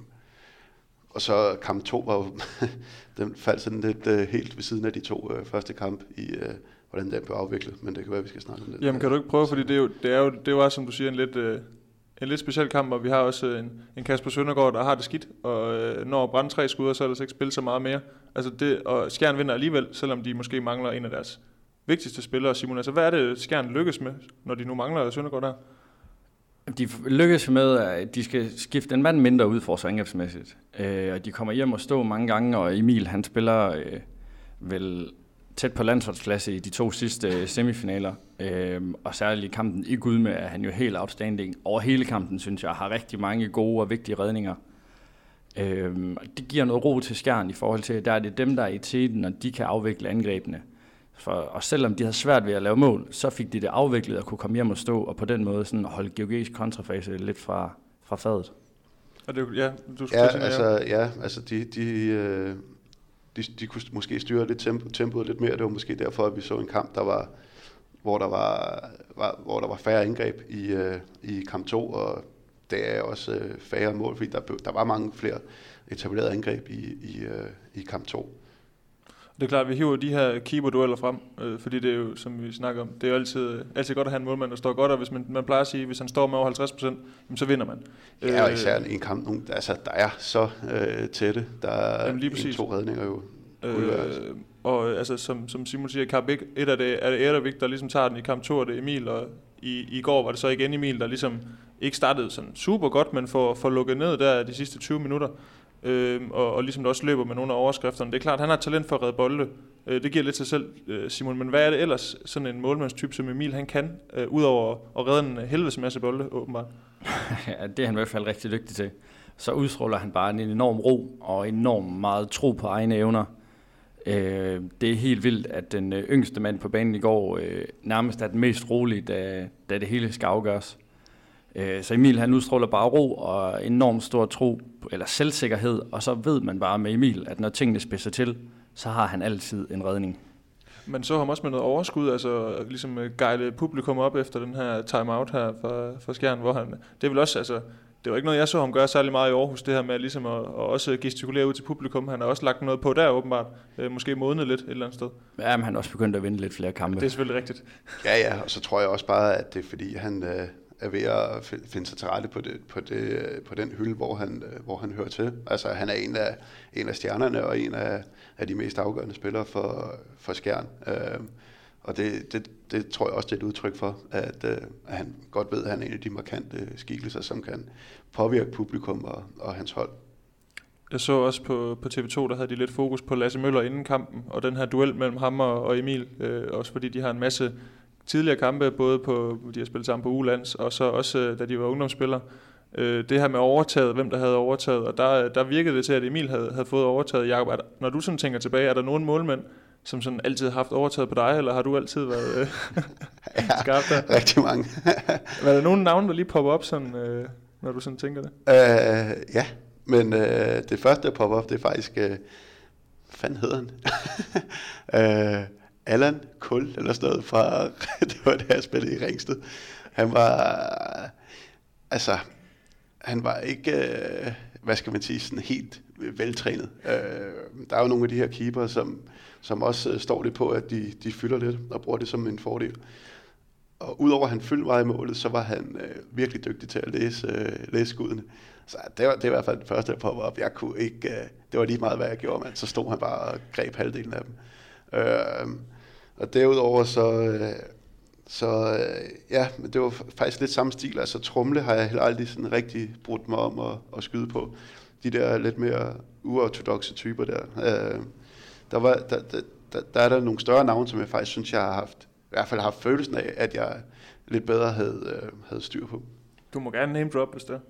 og så kamp to var jo, den faldt sådan lidt uh, helt ved siden af de to uh, første kamp i, uh, hvordan den blev afviklet, men det kan være, vi skal snakke om det. Jamen kan du ikke prøve, fordi det er jo, det er jo, det var, som du siger, en lidt, uh, en lidt speciel kamp, og vi har også en, en Kasper Søndergaard, der har det skidt, og uh, når brænde tre skud, så er der ikke spillet så meget mere. Altså det, og Skjern vinder alligevel, selvom de måske mangler en af deres vigtigste spillere, Simon. Altså, hvad er det, Skjern lykkes med, når de nu mangler Søndergaard der? De lykkes med, at de skal skifte en mand mindre ud for sig angrebsmæssigt. Øh, og de kommer hjem og stå mange gange, og Emil, han spiller øh, vel tæt på landsholdsklasse i de to sidste semifinaler. Øh, og særligt i kampen i Gudme er han jo helt outstanding. Over hele kampen, synes jeg, har rigtig mange gode og vigtige redninger. Øh, det giver noget ro til Skjern i forhold til, at der er det dem, der er i teten, og de kan afvikle angrebene. For, og selvom de havde svært ved at lave mål, så fik de det afviklet og kunne komme hjem og stå, og på den måde sådan holde G O G's kontrafase lidt fra, fra fadet. Og det, ja, du ja, altså, ja, altså de, de, de, de kunne måske styre lidt tempo, tempoet lidt mere. Det var måske derfor, at vi så en kamp, der var, hvor der var, var, hvor der var færre indgreb i, i kamp to, og det er også færre mål, fordi der, der var mange flere etablerede angreb i, i, i kamp to. Det er klart, at vi hiver de her keeper-dueller frem, øh, fordi det er jo, som vi snakker om, det er jo altid, altid godt at have en målmand, der står godt, og hvis man, man plejer at sige, hvis han står med over halvtreds procent, så vinder man. Ja, og især i en kamp, nogen, altså, der er så øh, tætte, der er en, to redninger jo. Øh, og altså, som, som Simon siger, kamp et er det, er det Edervik, der ligesom tager den i kamp to, og det er Emil, og i, i går var det så igen Emil, der ligesom ikke startede sådan super godt, men får, får lukket ned der de sidste tyve minutter. Øh, og, og ligesom der også løber med nogle af overskrifterne. Det er klart, at han har talent for at redde bolde. Øh, det giver lidt sig selv, øh, Simon. Men hvad er det ellers, sådan en målmandstype som Emil, han kan, øh, udover at redde en helvedes masse bolde, åbenbart? Ja, det er han i hvert fald rigtig dygtig til. Så udstråler han bare en enorm ro og enormt meget tro på egne evner. Øh, det er helt vildt, at den øh, yngste mand på banen i går øh, nærmest er den mest rolige, da, da det hele skal afgøres. Så Emil, han udstråler bare ro og enormt stor tro, eller selvsikkerhed, og så ved man bare med Emil, at når tingene spidser til, så har han altid en redning. Man så ham også med noget overskud, altså ligesom gejle publikum op efter den her timeout her fra, fra Skjern, hvor han, det er vel også, altså, det var ikke noget, jeg så ham gøre særlig meget i Aarhus, det her med ligesom at, at også gestikulere ud til publikum. Han har også lagt noget på der åbenbart, måske modnet lidt et eller andet sted. Ja, men han har også begyndt at vinde lidt flere kampe. Det er selvfølgelig rigtigt. Ja, ja, og så tror jeg også bare, at det er fordi, han øh, er ved at finde sig til rette på, det, på, det, på den hylde, hvor han, hvor han hører til. Altså, han er en af, en af stjernerne og en af, af de mest afgørende spillere for, for Skjern. Øh, og det, det, det tror jeg også, det er et udtryk for, at, øh, at han godt ved, at han er en af de markante skikkelser, som kan påvirke publikum og, og hans hold. Jeg så også på, på T V to, der havde de lidt fokus på Lasse Møller inden kampen, og den her duel mellem ham og, og Emil, øh, også fordi de har en masse tidligere kampe, både på, de har spillet sammen på U-lands, og så også, da de var ungdomsspillere. Øh, det her med overtaget, hvem der havde overtaget, og der, der virkede det til, at Emil havde, havde fået overtaget. Jakob, der, når du sådan tænker tilbage, er der nogen målmænd, som sådan altid har haft overtaget på dig, eller har du altid været øh, skarp der? Ja, rigtig mange. Var der nogle navne, der lige popper op, sådan, øh, når du sådan tænker det? Uh, ja, men uh, det første, der popper op, det er faktisk, uh, hvad fanden hedder han? uh, Allan Kul, eller sådan noget fra, det var det, jeg spillede i Ringsted. Han var, altså, han var ikke, uh, hvad skal man sige, sådan helt veltrænet. Uh, der er jo nogle af de her keeper, som, som også uh, står lidt på, at de, de fylder lidt og bruger det som en fordel. Og udover at han fyldte meget i målet, så var han uh, virkelig dygtig til at læse, uh, læse skuddene. Så det var, det var i hvert fald det første, der poppede op. Jeg kunne ikke, uh, det var lige meget, hvad jeg gjorde, man. Så stod han bare og greb halvdelen af dem. Uh, Og derudover så, øh, så øh, ja, men det var faktisk lidt samme stil. Altså tromle har jeg heller aldrig sådan rigtig brudt mig om at, at skyde på. De der lidt mere uortodokse typer der. Øh, der, var, der, der, der, der er der nogle større navne, som jeg faktisk synes, jeg har haft, i hvert fald haft følelsen af, at jeg lidt bedre havde, øh, havde styr på. Du må gerne name drop, hvis det er.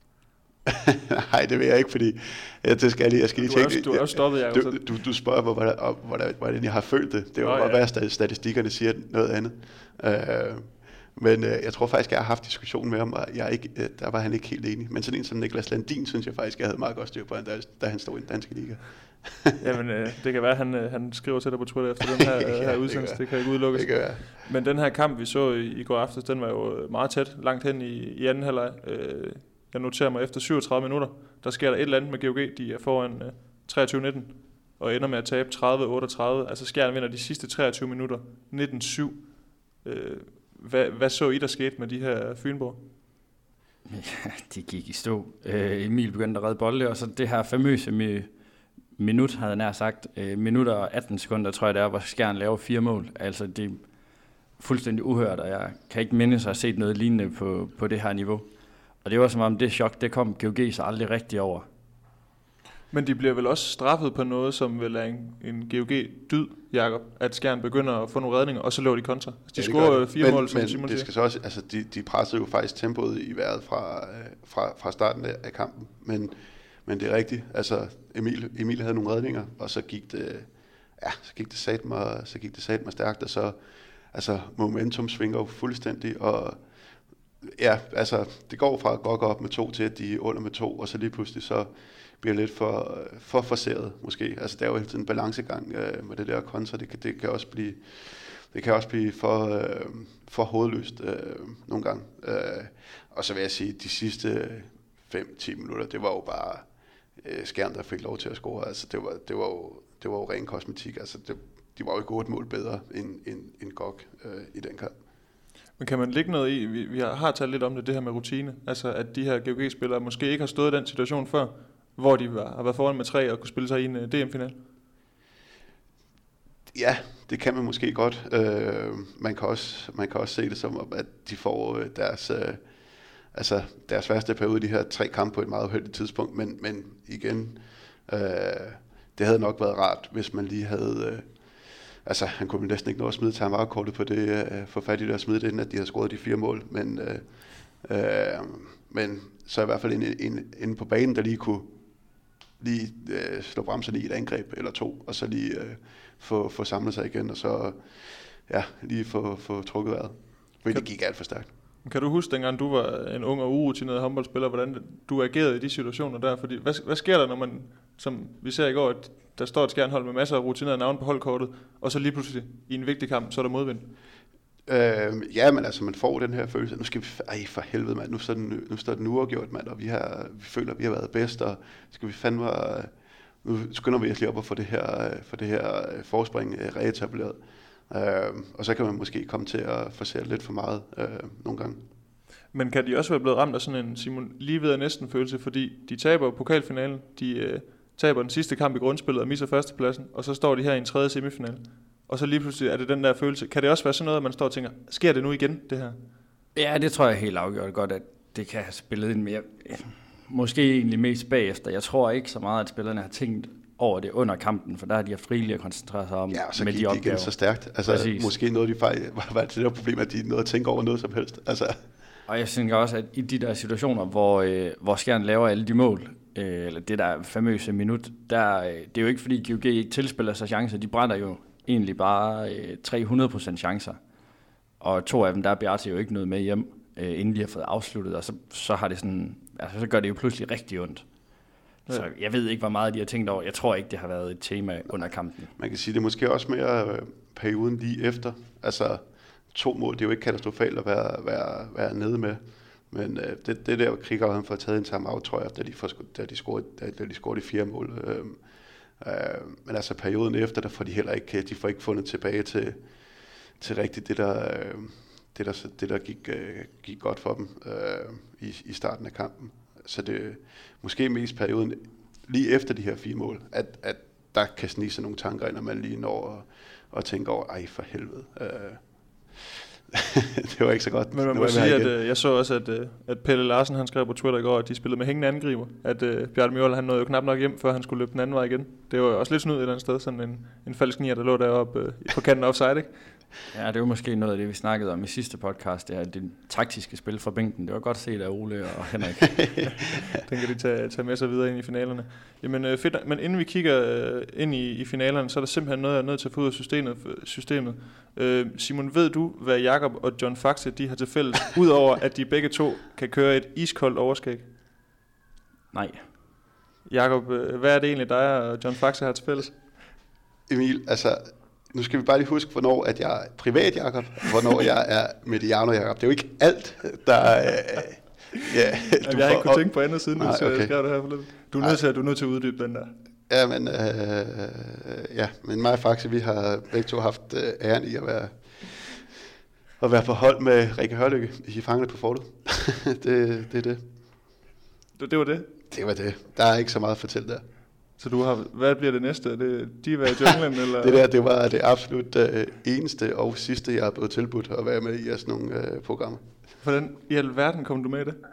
Nej, det vil jeg ikke, fordi ja, det skal jeg lige, jeg skal lige du tænke. Også, du er også stoppet, Jacob. Du, du, du spørger mig, hvordan, hvordan, hvordan jeg har følt det. Det var bare, ja. Hvad statistikkerne siger noget andet. Uh, men uh, jeg tror faktisk, jeg har haft diskussion med ham, og jeg ikke, uh, der var han ikke helt enig. Men sådan en som Niklas Landin, synes jeg faktisk, jeg havde meget godt styr på, da, da han stod i den danske liga. Jamen, øh, det kan være, at han, øh, han skriver til dig på Twitter efter den her, ja, her udsendelse. Det, det kan ikke udelukkes. Det kan være. Men den her kamp, vi så i, i går aftes, den var jo meget tæt, langt hen i, i anden halvleg. Øh, jeg noterer mig, efter syvogtredive minutter, der sker der et eller andet med G O G. De er foran øh, treogtyve nitten og ender med at tabe tredive otteogtredive. Altså Skjern vinder de sidste treogtyve minutter nitten syv. Øh, hvad, hvad så I, der skete med de her Fynborg? Ja, de gik i stå. Øh, Emil begyndte at redde bolde, og så det her famøse med minut, havde jeg nær sagt, øh, minutter og atten sekunder, tror jeg det er, hvor Skjern laver fire mål. Altså det er fuldstændig uhørt, og jeg kan ikke minde sig at have set noget lignende på, på det her niveau. Og det var som om det chok, det kom G O G så aldrig rigtig over. Men de bliver vel også straffet på noget, som vel er en, en G O G-dyd, Jakob, at Skjern begynder at få nogle redninger, og så løber de kontra. De ja, scorer fire men, mål, som men Simon det skal så også, altså de, de pressede jo faktisk tempoet i vejret fra, fra, fra starten af, af kampen, men, men det er rigtigt, altså Emil, Emil havde nogle redninger, og så gik det, ja, så gik det satme, så gik det satme stærkt, og så, altså momentum svinger jo fuldstændig, og ja, altså det går fra at gå op med to til, at de er under med to, og så lige pludselig så bliver lidt for, for forseret måske. Altså der er jo hele tiden en balancegang øh, med det der kontra. Det kan, det kan også blive, det kan også blive for, øh, for hovedløst øh, nogle gange. Øh, og så vil jeg sige, de sidste fem til ti minutter, det var jo bare øh, Skjern, der fik lov til at score. Altså det var, det var jo, det var jo ren kosmetik. Altså, det, de var jo ikke otte mål bedre end, end, end G O G øh, i den kamp. Men kan man lægge noget i, vi, vi har talt lidt om det, det her med rutine, altså at de her G O G-spillere måske ikke har stået i den situation før, hvor de var, har været foran med tre og kunne spille sig i en uh, D M-final? Ja, det kan man måske godt. Øh, man, kan også, man kan også se det som, at de får øh, deres, øh, altså deres værste periode i de her tre kampe på et meget uheldigt tidspunkt, men, men igen, øh, det havde nok været rart, hvis man lige havde... Øh, altså, han kunne næsten ikke nå at smide timeout-kortet på det, øh, for fat i det at smide det, inden at de havde scoret de fire mål, men, øh, øh, men så i hvert fald inde, inde, inde på banen, der lige kunne lige øh, slå bremserne i et angreb eller to, og så lige øh, få, få samlet sig igen, og så ja, lige få, få trukket vejret. Men det gik alt for stærkt. Kan du huske, dengang du var en ung og urutineret håndboldspiller, hvordan du agerede i de situationer der? Fordi hvad, hvad sker der, når man, som vi ser i går, at der står et Skjern-hold med masser af rutinerede navne på holdkortet, og så lige pludselig i en vigtig kamp, så er der modvind? Øh, ja, men altså, man får den her følelse, nu skal vi, ej for helvede mand, nu står den, nu står den uafgjort, mand, og vi, har, vi føler, at vi har været bedst, og skal vi fandme, nu skynder vi os lige op og få det her, for det her forspring reetableret. Øh, og så kan man måske komme til at forsære lidt for meget øh, nogle gange. Men kan de også være blevet ramt af sådan en, Simon, lige ved at næsten følelse, fordi de taber pokalfinalen, de øh, taber den sidste kamp i grundspillet og misser førstepladsen, og så står de her i en tredje semifinal. Og så lige pludselig er det den der følelse. Kan det også være sådan noget, at man står og tænker, sker det nu igen, det her? Ja, det tror jeg helt afgjort godt, at det kan have spillet ind mere. Måske egentlig mest bagefter. Jeg tror ikke så meget, at spillerne har tænkt over det under kampen, for der har de haft rigeligt at koncentrere sig om ja, og så med gik de de opgaver. igen så stærkt. Altså, Præcis. måske noget, de faktisk var det der problem, at de nåede at tænke over noget som helst. Altså. Og jeg synes også, at i de der situationer, hvor, øh, hvor Skjern laver alle de mål, øh, eller det der famøse minut, der, øh, det er jo ikke fordi G O G ikke tilspiller sig chancer, de brænder jo egentlig bare øh, tre hundrede procent chancer. Og to af dem, der er Bjarti jo ikke noget med hjem, øh, inden de har fået afsluttet, og så, så har det sådan, altså så gør det jo pludselig rigtig ondt. Ja. Så jeg ved ikke, hvor meget de har tænkt over. Jeg tror ikke, det har været et tema under kampen. Man kan sige, det er måske også mere øh, perioden lige efter. Altså to mål, det er jo ikke katastrofalt at være, være, være nede med. Men øh, det, det der Krigau, han får taget en timeout, tror jeg, da de, får, da de scorede, da, da de scorede de fire mål. Øh, øh, men altså perioden efter, der får de heller ikke, de får ikke fundet tilbage til, til rigtigt det der, øh, det der, det der gik, øh, gik godt for dem øh, i, i starten af kampen. Så det er måske mest perioden lige efter de her fire mål, at, at der kan snige sig nogle tanker ind, når man lige når og, og tænker over, ej for helvede. Øh, det var ikke så godt. Men man må sige, at øh, jeg så også, at, øh, at Pelle Larsen, han skrev på Twitter i går, at de spillede med hængende angriber. At øh, Bjarne Mjøl, han nåede jo knap nok hjem, før han skulle løbe den anden vej igen. Det var også lidt snyd et eller andet sted, sådan en, en falsk nier, der lå deroppe øh, på kanten offside, ikke? Ja, det var måske noget af det, vi snakkede om i sidste podcast, det er det taktiske spil fra bænken. Det var godt set af Ole og Henrik. Den kan de tage, tage med sig videre ind i finalerne. Jamen øh, fedt, men inden vi kigger øh, ind i, i finalerne, så er der simpelthen noget, jeg er nødt til at få ud af systemet. systemet. Øh, Simon, ved du, hvad Jakob og John Faxe, de har til fælles, udover at de begge to kan køre et iskoldt overskæg? Nej. Jakob, øh, hvad er det egentlig, dig og John Faxe har til fælles? Emil, altså... Nu skal vi bare lige huske, hvornår at jeg er privat Jakob, hvornår jeg er mediano Jakob. Det er jo ikke alt, der... Øh, ja, du jeg har ikke kunnet tænke på andet siden, nej, så okay. jeg skrev det her for lidt. Du er nødt til, du er nødt til at uddybe den der. Ja, men, øh, ja, men mig og Faxe, vi har begge to haft øh, æren i at være, at være på hold med Rikke Hørlykke i Fangerne på Fortet. det, det er det. det. Det var det? Det var det. Der er ikke så meget at fortælle der. Så du har, hvad bliver det næste? Er det Diva i junglen? Eller? Det der, det var det absolut øh, eneste og sidste, jeg er blevet tilbudt at være med i sådan nogle øh, programmer. Hvordan i alverden kom du med i det?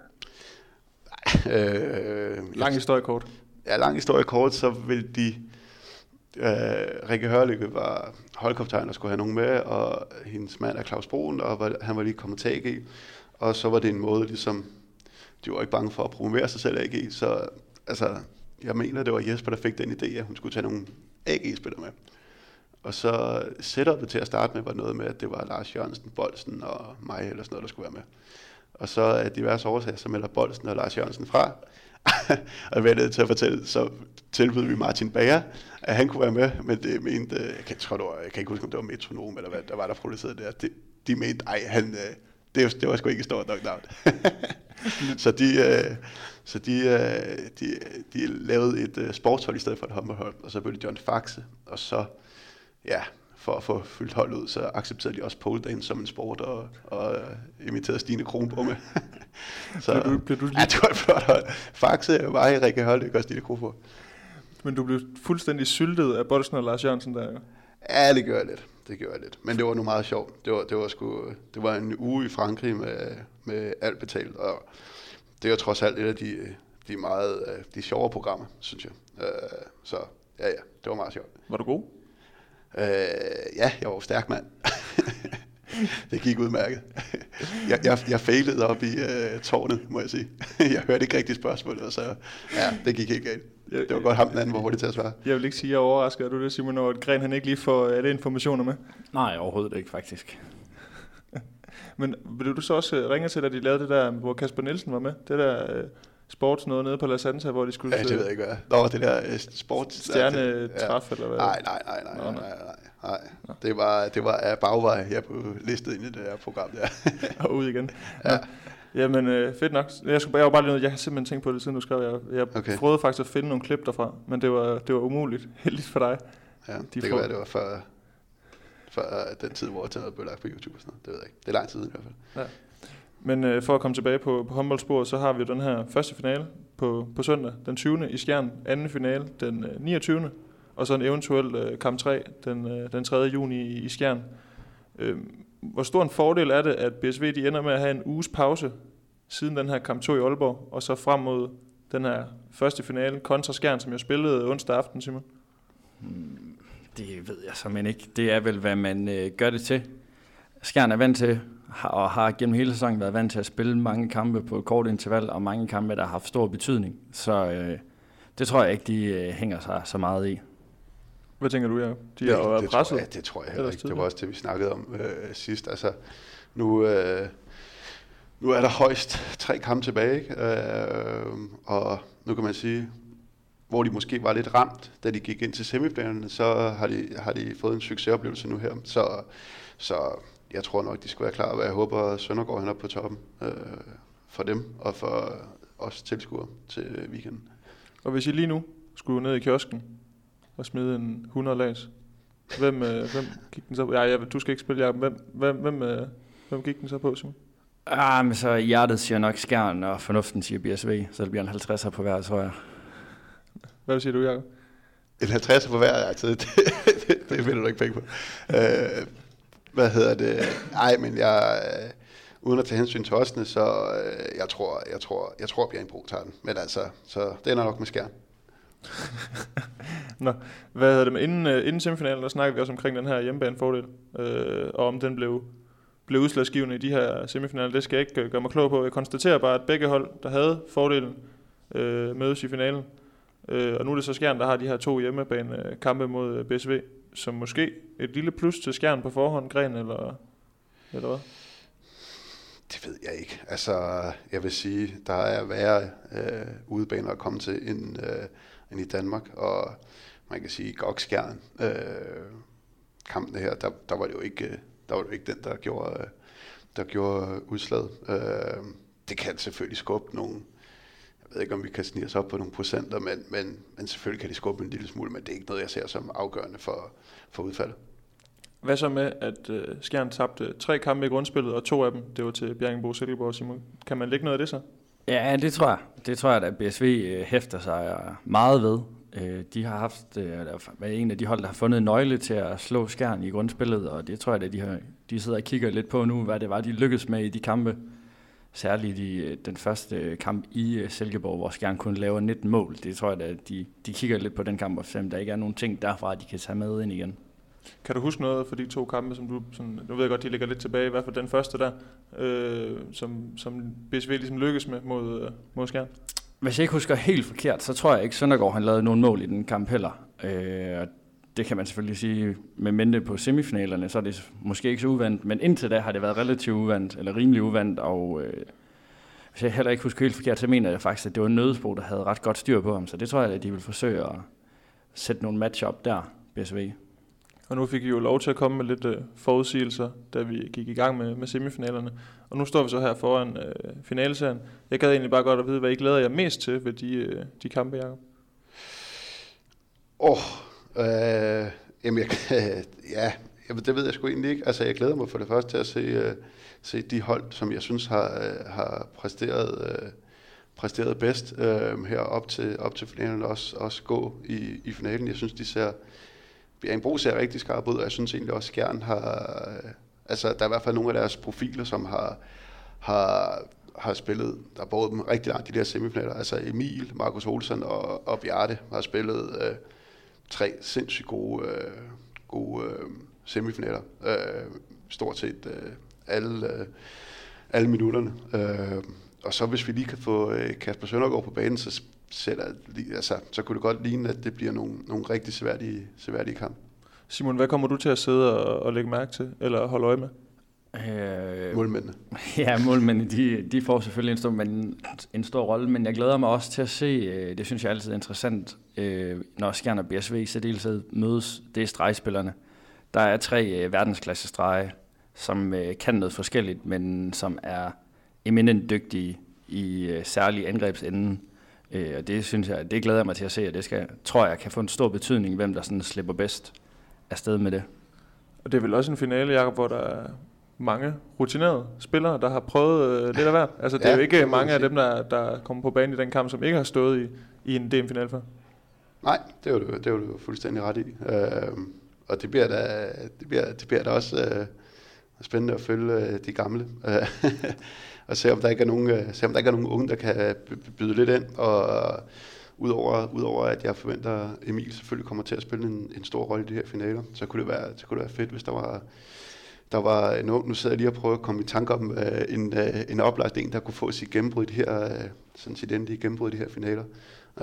Øh, lang historie kort. Ja, lang historie kort, så ville de... Øh, Rikke Hørlykke var holdkaptajn og skulle have nogen med, og hendes mand er Claus Broen, og var, han var lige kommet til A G. Og så var det en måde, ligesom... De var ikke bange for at promovere sig selv A G, så altså... Jeg mener, det var Jesper, der fik den idé, at hun skulle tage nogle A G-spillere med. Og så setup'et til at starte med var noget med, at det var Lars Jørgensen, Bolsen og mig, eller sådan noget, der skulle være med. Og så af diverse årsager, så melder Bolsen og Lars Jørgensen fra. Og jeg var nødt til at fortælle, så tilbød vi Martin Bager, at han kunne være med, men det mente, jeg kan, tror, det var, jeg kan ikke huske, om det var Metronom, eller hvad der var, der producerede det. De, de mente, ej, han, det, det var sgu ikke et stort nok navn. så de, øh, så de, øh, de, de lavede et øh, sportshold i stedet for et håndboldhold, og så blev det John Faxe, og så, ja, for at få fyldt hold ud, så accepterede de også pole dance som en sport, og, og uh, imiterede Stine Kronborg. Så blev du, blev du lige... ja, det var et flot hold. Faxe var i Rikke Holdt, og Stine Kronborg. Men du blev fuldstændig syltet af Bolsen og Lars Jørgensen der, jo. Ja, det gjorde jeg lidt. Det gjorde jeg lidt. Men det var nu meget sjovt. Det var, det var, sgu, det var en uge i Frankrig med, med alt betalt, og det er jo trods alt et af de, de meget de sjovere programmer, synes jeg. Uh, så ja, ja, det var meget sjovt. Var du god? Uh, ja, jeg var stærk mand. Det gik udmærket. Jeg, jeg, jeg failede op i uh, tårnet, må jeg sige. Jeg hørte ikke rigtig spørgsmålet, og så ja, det gik helt galt. Det var godt ham, den anden var hurtigt til at svare. Jeg vil ikke sige, at jeg er overrasket. Er du det, Simon, når Gren han ikke lige får alle informationer med? Nej, overhovedet ikke, faktisk. Men vil du så også ringe til, da de lavede det der, hvor Kasper Nielsen var med? Det der uh, sports noget nede på La Santa, hvor de skulle... Ja, det ved jeg ikke, hvad. Nå, det der uh, sports... Stjernetræf, ja. Eller hvad? Nej, nej, nej, nej, nej, nej, nej. nej. Det var, det var af bagvej, jeg blev listet ind i det her program der. Og ud igen. Ja. Jamen, øh, fedt nok. Jeg, skulle, jeg var bare lige noget, jeg har simpelthen tænkt på det, siden du skrev. Jeg, jeg okay. prøvede faktisk at finde nogle klip derfra, men det var, det var umuligt. Heldigt for dig. Ja, de det kan være, det var før, før den tid, hvor jeg blev lagt på YouTube og sådan noget. Det ved jeg ikke. Det er lang tid i hvert fald. Ja. Men øh, for at komme tilbage på, på håndboldsporet, så har vi den her første finale på, på søndag, den tyvende i Skjern. Anden finale, den øh, niogtyvende Og så en eventuel øh, kamp tre, den, øh, den tredje juni i, i Skjern. Øh, hvor stor en fordel er det, at B S V de ender med at have en uges pause siden den her kamp to i Aalborg, og så frem mod den her første finale kontra Skjern, som jeg spillede onsdag aften, Simon? Hmm, det ved jeg simpelthen ikke. Det er vel, hvad man øh, gør det til. Skjern er vant til, og har gennem hele sæsonen været vant til at spille mange kampe på et kort interval, og mange kampe, der har haft stor betydning. Så øh, det tror jeg ikke, de øh, hænger sig så meget i. Hvad tænker du, Jacob? De det, er jo det presset. Tror jeg, det tror jeg heller ikke. Det var også det, vi snakkede om øh, sidst. Altså, nu, øh, nu er der højst tre kampe tilbage, ikke? Øh, og nu kan man sige, hvor de måske var lidt ramt, da de gik ind til semifinalerne, så har de, har de fået en succesoplevelse nu her. Så, så jeg tror nok, de skal være klar, og jeg håber, at Søndergaard er på toppen øh, for dem og for os tilskuere til weekenden. Og hvis I lige nu skulle ned i kiosken og smide en hundrede lags, hvem, øh, hvem gik den så på? Ja, ja, du skal ikke spille, Jacob. Hvem, hvem, hvem, øh, hvem gik den så på, Simon? Ah, men så hjertet siger nok Skjern, og fornuften siger B S V, så det bliver en halvtredser på hver, tror jeg. Hvad siger du, Jacob? En halvtredser på hver, altså, det, det, det finder du ikke penge på. Øh, hvad hedder det? Ej, men jeg... Øh, uden at tage hensyn til osene, så øh, jeg tror, jeg tror, jeg tror, Bjerringbro tager den. Men altså, så det ender nok med Skjern. Nå, hvad hedder det med? Inden, uh, inden semifinalen, der snakkede vi også omkring den her hjemmebanefordel, øh, og om den blev, blev udslagsgivende i de her semifinaler. Det skal jeg ikke uh, gøre mig klog på. Jeg konstaterer bare, at begge hold, der havde fordelen, øh, mødes i finalen. Øh, og nu er det så Skjern, der har de her to hjemmebane kampe mod B S V, som måske et lille plus til Skjern på forhånd, Gren, eller, eller hvad? Det ved jeg ikke. Altså, jeg vil sige, der er værre øh, udebaner at komme til end, øh, end i Danmark, og man kan sige, G O G Skjern øh, kampen her, der, der var det jo ikke, der var det jo ikke den, der gjorde, der gjorde udslaget. Øh, det kan selvfølgelig skubbe nogle, jeg ved ikke, om vi kan snige os op på nogle procenter, men, men, men selvfølgelig kan de skubbe en lille smule, men det er ikke noget, jeg ser som afgørende for, for udfaldet. Hvad så med, at øh, Skjern tabte tre kampe i grundspillet, og to af dem, det var til Bjerringbro Silkeborg, Simon. Kan man lægge noget af det så? Ja, det tror jeg. Det tror jeg, at B S V øh, hæfter sig meget ved. Øh, de har haft øh, en af de hold, der har fundet en nøgle til at slå Skjern i grundspillet, og det tror jeg, at de, har, de sidder og kigger lidt på nu, hvad det var, de lykkedes med i de kampe. Særligt i den første kamp i Silkeborg, hvor Skjern kun laver nitten mål. Det tror jeg, at de, de kigger lidt på den kamp, og selvom der ikke er nogen ting derfra, de kan tage med ind igen. Kan du huske noget for de to kampe, som du, sådan, nu ved jeg godt, de ligger lidt tilbage, i hvert fald den første der, øh, som, som B S V ligesom lykkes med mod, øh, mod Skjern? Hvis jeg ikke husker helt forkert, så tror jeg ikke, Søndergaard han lavede nogen mål i den kamp heller. Øh, det kan man selvfølgelig sige med mente på semifinalerne, så er det måske ikke så uvandt, men indtil da har det været relativt uvandt, eller rimelig uvandt, og øh, hvis jeg heller ikke husker helt forkert, så mener jeg faktisk, at det var Nødesbo, der havde ret godt styr på ham, så det tror jeg, at de vil forsøge at sætte nogle match op der, B S V. Og nu fik I jo lov til at komme med lidt øh, forudsigelser, da vi gik i gang med, med semifinalerne. Og nu står vi så her foran øh, finaleserien. Jeg gad egentlig bare godt at vide, hvad I glæder jer mest til ved de, øh, de kampe, Jacob. Åh, oh, øh, jamen jeg, ja, det ved jeg sgu egentlig ikke. Altså jeg glæder mig for det første til at se, uh, se de hold, som jeg synes har, uh, har præsteret, uh, præsteret bedst uh, her op til, op til finalen, og også, også gå i, i finalen. Jeg synes, de ser, Bjerringbro ser rigtig skarp ud, og jeg synes egentlig også, Skjern har, uh, altså der er i hvert fald nogle af deres profiler, som har, har, har spillet, der er både dem rigtig langt i de her semifinaler. Altså Emil, Markus Olsen og, og Bjarte har spillet uh, tre sindssygt gode, uh, gode uh, semifinaler. Øh, stort set øh, alle, øh, alle minutterne. Øh, og så hvis vi lige kan få øh, Kasper Søndergaard på banen, så, sætter, altså, så kunne det godt ligne, at det bliver nogle, nogle rigtig seværdige, seværdige kamp. Simon, hvad kommer du til at sidde og, og lægge mærke til, eller holde øje med? Øh, målmændene. Ja, målmændene, de, de får selvfølgelig en stor, men, en stor rolle, men jeg glæder mig også til at se, øh, det synes jeg altid er interessant, øh, når Skjern og B S V i særdeleshed mødes, det er stregspillerne. Der er tre øh, verdensklassestreger, som øh, kan noget forskelligt, men som er eminent dygtige i øh, særlig angrebsenden. Øh, og det synes jeg, det glæder jeg mig til at se, og det skal, tror jeg kan få en stor betydning, hvem der sådan slipper bedst afsted med det. Og det er vel også en finale, Jacob, hvor der er mange rutinerede spillere, der har prøvet øh, lidt af hvert. Altså det ja, er jo ikke mange af dem, der, der kommer på banen i den kamp, som ikke har stået i, i en D M-finale før. Nej, det er jo det er jo fuldstændig ret i. Øh, Og det bliver da, det bliver, det bliver da også øh, spændende at følge øh, de gamle. og se om der ikke er nogen, øh, se om der ikke er nogen unge, der kan byde lidt ind. Og udover, udover at jeg forventer, at Emil selvfølgelig kommer til at spille en, en stor rolle i de her finaler, så kunne det være, så kunne det være fedt, hvis der var, der var en ung. Nu sidder jeg lige og prøver at komme i tanke om øh, en, øh, en oplagt en, der kunne få sit gennembrud i de her, øh, sådan sit endelige gennembrud i de her finaler. Øh,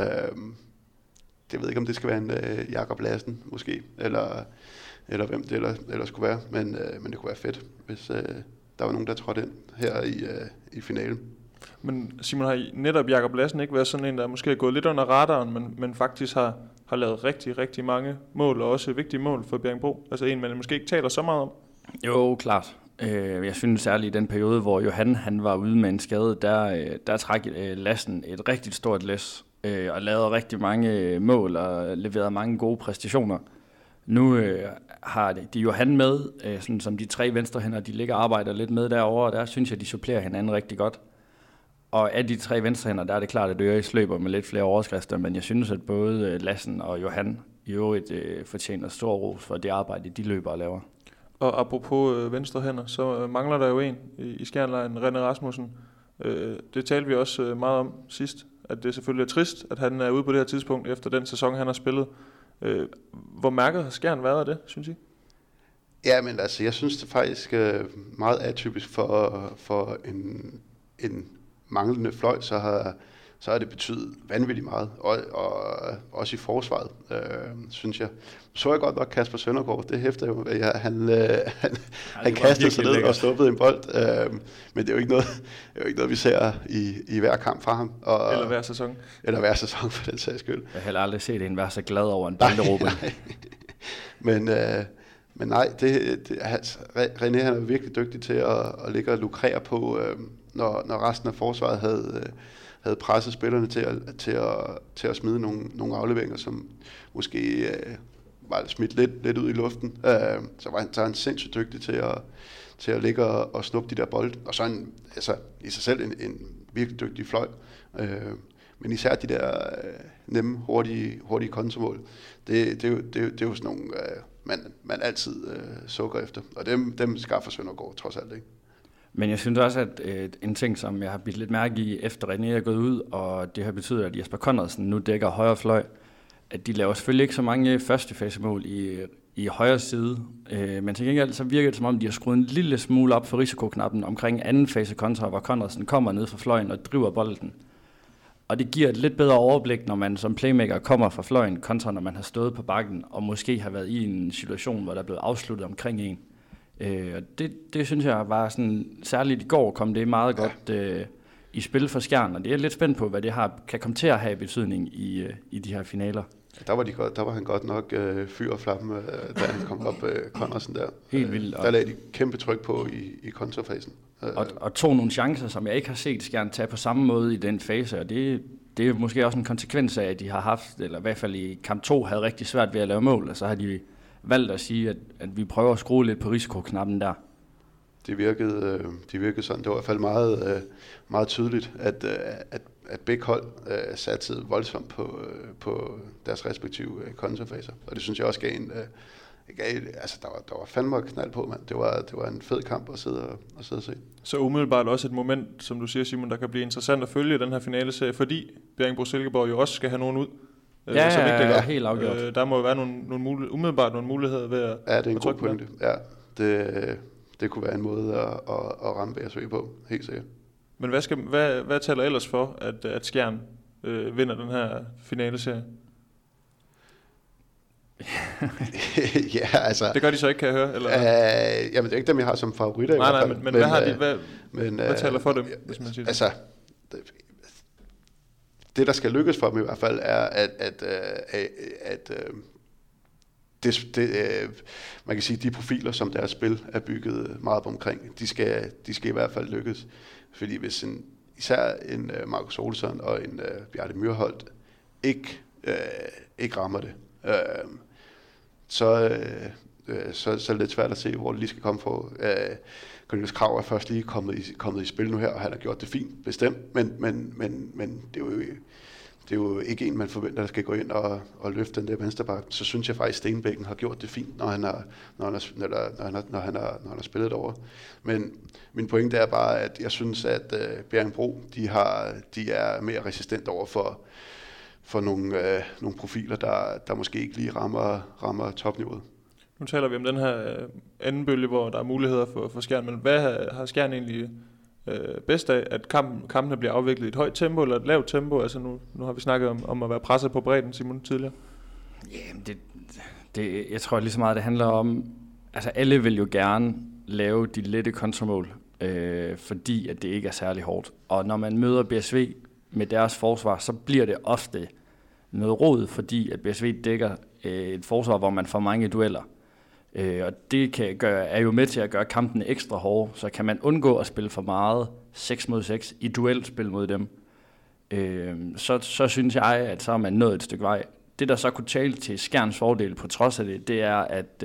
Jeg ved ikke, om det skal være en øh, Jakob Lassen, måske, eller, eller hvem det eller, eller skulle være, men, øh, men det kunne være fedt, hvis øh, der var nogen, der trådte ind her i, øh, i finalen. Men Simon, har I netop Jakob Lassen ikke været sådan en, der måske er gået lidt under radaren, men, men faktisk har, har lavet rigtig, rigtig mange mål, og også vigtige mål for Bjerringbro? Altså en, man måske ikke taler så meget om? Jo, klart. Jeg synes særligt i den periode, hvor Johan han var ude med en skade, der, der træk Lassen et rigtig stort læs, og lavede rigtig mange mål og leverede mange gode præstationer. Nu øh, har de Johan med, øh, sådan som de tre venstrehænder, de ligger og arbejder lidt med derovre, og der synes jeg, de supplerer hinanden rigtig godt. Og af de tre venstrehænder, der er det klart, at Øres løber med lidt flere overskrifter, men jeg synes, at både Lassen og Johan i øvrigt øh, fortjener stor ros for det arbejde, de løber og laver. Og apropos øh, venstrehænder, så øh, mangler der jo en i, i Skjernlejren, René Rasmussen. Øh, det talte vi også øh, meget om sidst, at det selvfølgelig er trist, at han er ude på det her tidspunkt efter den sæson, han har spillet. Øh, hvor mærket har Skjern været af det, synes I? Ja, men altså, jeg synes det faktisk er meget atypisk for, for en, en manglende fløj, så har, så har det betydet vanvittigt meget, og, og også i forsvaret, øh, synes jeg. Så jeg godt nok Kasper Søndergaard, det hæfter jo, at jeg, han, øh, han, han kastede sig ned lækker. og stoppede en bold, øh, men det er jo ikke noget, det er jo ikke noget vi ser i, i hver kamp fra ham. Og, eller hver sæson. Eller hver sæson, for den sags skyld. Jeg har heller aldrig set en være så glad over en bolderåbning. men, øh, men nej, det, det, altså, René han er virkelig dygtig til at, at ligge og lukrere på, øh, når, når resten af forsvaret havde... Øh, havde presset spillerne til at, til at, til at smide nogle, nogle afleveringer, som måske øh, var smidt lidt, lidt ud i luften. Øh, så var han, så han sindssygt dygtig til at, til at ligge og, og snuppe de der bolde. Og så en, altså, i sig selv en, en virkelig dygtig fløj. Øh, men især de der øh, nemme, hurtige, hurtige kontomål, det, det, er jo, det, det er jo sådan nogle, øh, man, man altid øh, sukker efter. Og dem, dem skaffer Søndergaard trods alt, ikke? Men jeg synes også, at øh, en ting, som jeg har bidt lidt mærke i, efter René er gået ud, og det har betydet, at Jesper Conradsen nu dækker højre fløj, at de laver selvfølgelig ikke så mange førstefasemål i, i højre side, øh, men til gengæld så virker det, som om de har skruet en lille smule op for risikoknappen omkring anden fase kontra, hvor Conradsen kommer ned fra fløjen og driver bolden. Og det giver et lidt bedre overblik, når man som playmaker kommer fra fløjen, kontra når man har stået på bakken, og måske har været i en situation, hvor der er blevet afsluttet omkring en. Øh, det, det synes jeg var sådan, særligt i går kom det meget godt øh, i spil for Skjern, og det er lidt spændt på, hvad det har, kan komme til at have betydning i, øh, i de her finaler. Der var, de godt, der var han godt nok øh, fyr og flamme, øh, da han kom op, øh, Conradsen der. Helt vildt. Der lagde de kæmpe tryk på i, i kontrafasen. Og, og tog nogle chancer, som jeg ikke har set Skjern tage på samme måde i den fase, og det, det er måske også en konsekvens af, at de har haft, eller i hvert fald i kamp to, havde rigtig svært ved at lave mål, og så har de valgt at sige, at, at vi prøver at skrue lidt på risikoknappen der. Det virkede, øh, det virkede sådan. Det var i hvert fald meget, øh, meget tydeligt, at, øh, at, at begge hold øh, satte voldsomt på, øh, på deres respektive øh, kontrafaser. Og det synes jeg også gav en... Øh, gav, altså, der var, der var fandme knald på, mand. Det var, det var en fed kamp at sidde og, at sidde og se. Så umiddelbart også et moment, som du siger, Simon, der kan blive interessant at følge den her finaleserie, fordi Bjerringbro-Silkeborg jo også skal have nogen ud. Ja, som ikke ja, helt afgjort. Øh, der må jo være nogle, nogle mulighed, umiddelbart nogle muligheder ved at... Ja, det er en god pointe. Ja, det... Det kunne være en måde at, at, at ramme B S V på, helt sikkert. Men hvad, skal, hvad, hvad taler ellers for, at, at Skjern øh, vinder den her finaleserie? Ja, altså... Det gør de så ikke, kan jeg høre? Eller? Øh, jamen, det er ikke dem, jeg har som favoritter. Nej, nej, men, men, men hvad, har de, hvad, men, hvad taler for dem, hvis man siger det? Altså, det, det, der skal lykkes for dem i hvert fald, er, at... at, at, at, at Det, det, øh, man kan sige, de profiler, som deres spil er bygget meget på omkring, de skal, de skal i hvert fald lykkes. Fordi hvis en, især en uh, Markus Olsson og en uh, Bjarte Myrholt ikke, uh, ikke rammer det, uh, så, uh, så, så er det lidt svært at se, hvor det lige skal komme fra. Uh, Cornelius Krag er først lige kommet i, kommet i spil nu her, og han har gjort det fint, bestemt, men, men, men, men det er jo... Det er jo ikke en, man forventer, der skal gå ind og, og løfte den der venstreback. Så synes jeg faktisk, at Stenbækken har gjort det fint, når han har, når han har, når der, når han har, når han har, når han har spillet over. Men min pointe er bare, at jeg synes, at uh, Bjerringbro, de, har, de er mere resistent over for, for nogle, uh, nogle profiler, der, der måske ikke lige rammer, rammer topniveauet. Nu taler vi om den her anden bølge, hvor der er muligheder for, for Skjern, men hvad har, har Skjern egentlig... Øh, bedst af, at kampen, kampene bliver afviklet i et højt tempo eller et lavt tempo? Altså nu, nu har vi snakket om, om at være presset på bredden, Simon, tidligere. Ja, det, det, jeg tror lige så meget, det handler om, altså alle vil jo gerne lave de lette kontramål, øh, fordi at det ikke er særlig hårdt. Og når man møder B S V med deres forsvar, så bliver det ofte noget rod, fordi at B S V dækker øh, et forsvar, hvor man får mange dueller. Og det kan gøre, er jo med til at gøre kampen ekstra hårde, så kan man undgå at spille for meget seks mod seks i duelspil mod dem, så, så synes jeg, at så er man nået et stykke vej. Det, der så kunne tale til Skjerns fordel på trods af det, det er, at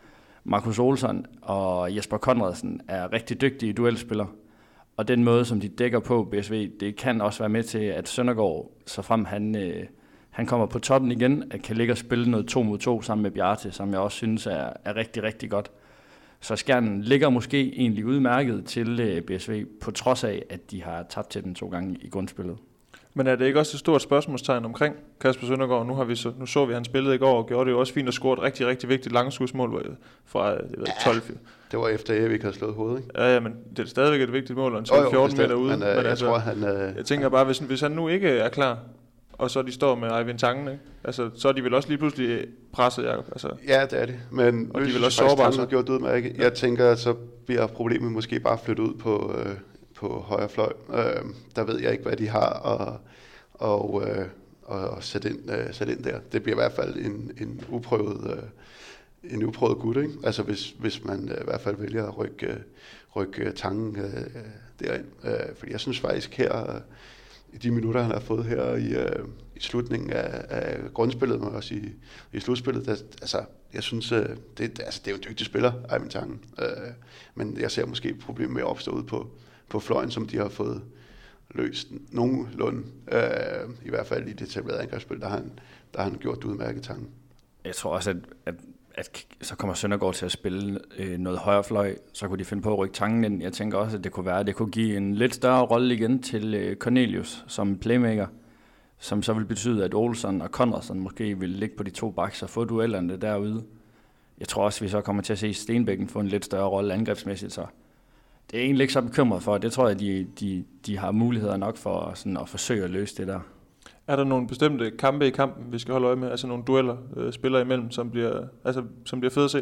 Markus Olsson og Jesper Conradsen er rigtig dygtige duelspillere, og den måde, som de dækker på B S V, det kan også være med til, at Søndergaard, så frem han... Han kommer på toppen igen, at kan ligge og spille noget to mod to sammen med Bjarte, som jeg også synes er, er rigtig, rigtig godt. Så Skjern ligger måske egentlig udmærket til B S V, på trods af, at de har tabt til den to gange i grundspillet. Men er det ikke også et stort spørgsmålstegn omkring Kasper Søndergaard? Nu, har vi så, nu så vi, at han spillede i går og gjorde det jo også fint og scorede et rigtig, rigtig vigtigt langskudsmål fra jeg ved, tolv. Ja, det var efter, at Erik havde slået hovedet, ikke? Ja, ja, men det er stadigvæk et vigtigt mål, og en tolv fjorten meter ude. Men, øh, men jeg, altså, tror, han, øh... jeg tænker bare, hvis, hvis han nu ikke er klar, og så de står med Eivind Tangen, ikke? Altså, så er de vel også lige pludselig presset, Jacob. Altså. Ja, det er det. Men og de vil også sårbare. Tangen har gjort det ud med, ikke? Jeg tænker, så bliver problemet måske bare flyttet ud på, øh, på højre fløj. Øh, der ved jeg ikke, hvad de har og, og, øh, og, og sætte, ind, øh, sætte ind der. Det bliver i hvert fald en, en uprøvet... Øh, en uprøvet gut, ikke? Altså hvis, hvis man øh, i hvert fald vælger at rykke, øh, rykke Tangen øh, derind. Øh, fordi jeg synes faktisk her... Øh, i de minutter, han har fået her i, øh, i slutningen af, af grundspillet, men også i, i slutspillet, der, altså, jeg synes, øh, det, altså, det er jo en dygtig spiller, Eivind Tangen, øh, men jeg ser måske et problem med at opstå ud på, på fløjen, som de har fået løst nogenlunde, øh, i hvert fald i det etablerede angrebsspil, der har han, der har han gjort det udmærket, Tangen. Jeg tror også, at, at, at så kommer Søndergaard til at spille øh, noget højre fløj, så kunne de finde på at rykke Tangen ind. Jeg tænker også, at det kunne være, at det kunne give en lidt større rolle igen til øh, Cornelius som playmaker, som så vil betyde, at Olsson og Conradsen måske vil ligge på de to backs og få duellerne derude. Jeg tror også, at vi så kommer til at se Stenbækken få en lidt større rolle angrebsmæssigt, så det er egentlig ikke så bekymret for. Det tror jeg, de, de, de har muligheder nok for sådan at forsøge at løse det der. Er der nogle bestemte kampe i kampen, vi skal holde øje med? Altså nogle dueller, øh, spillere imellem, som bliver, altså, som bliver fede at se?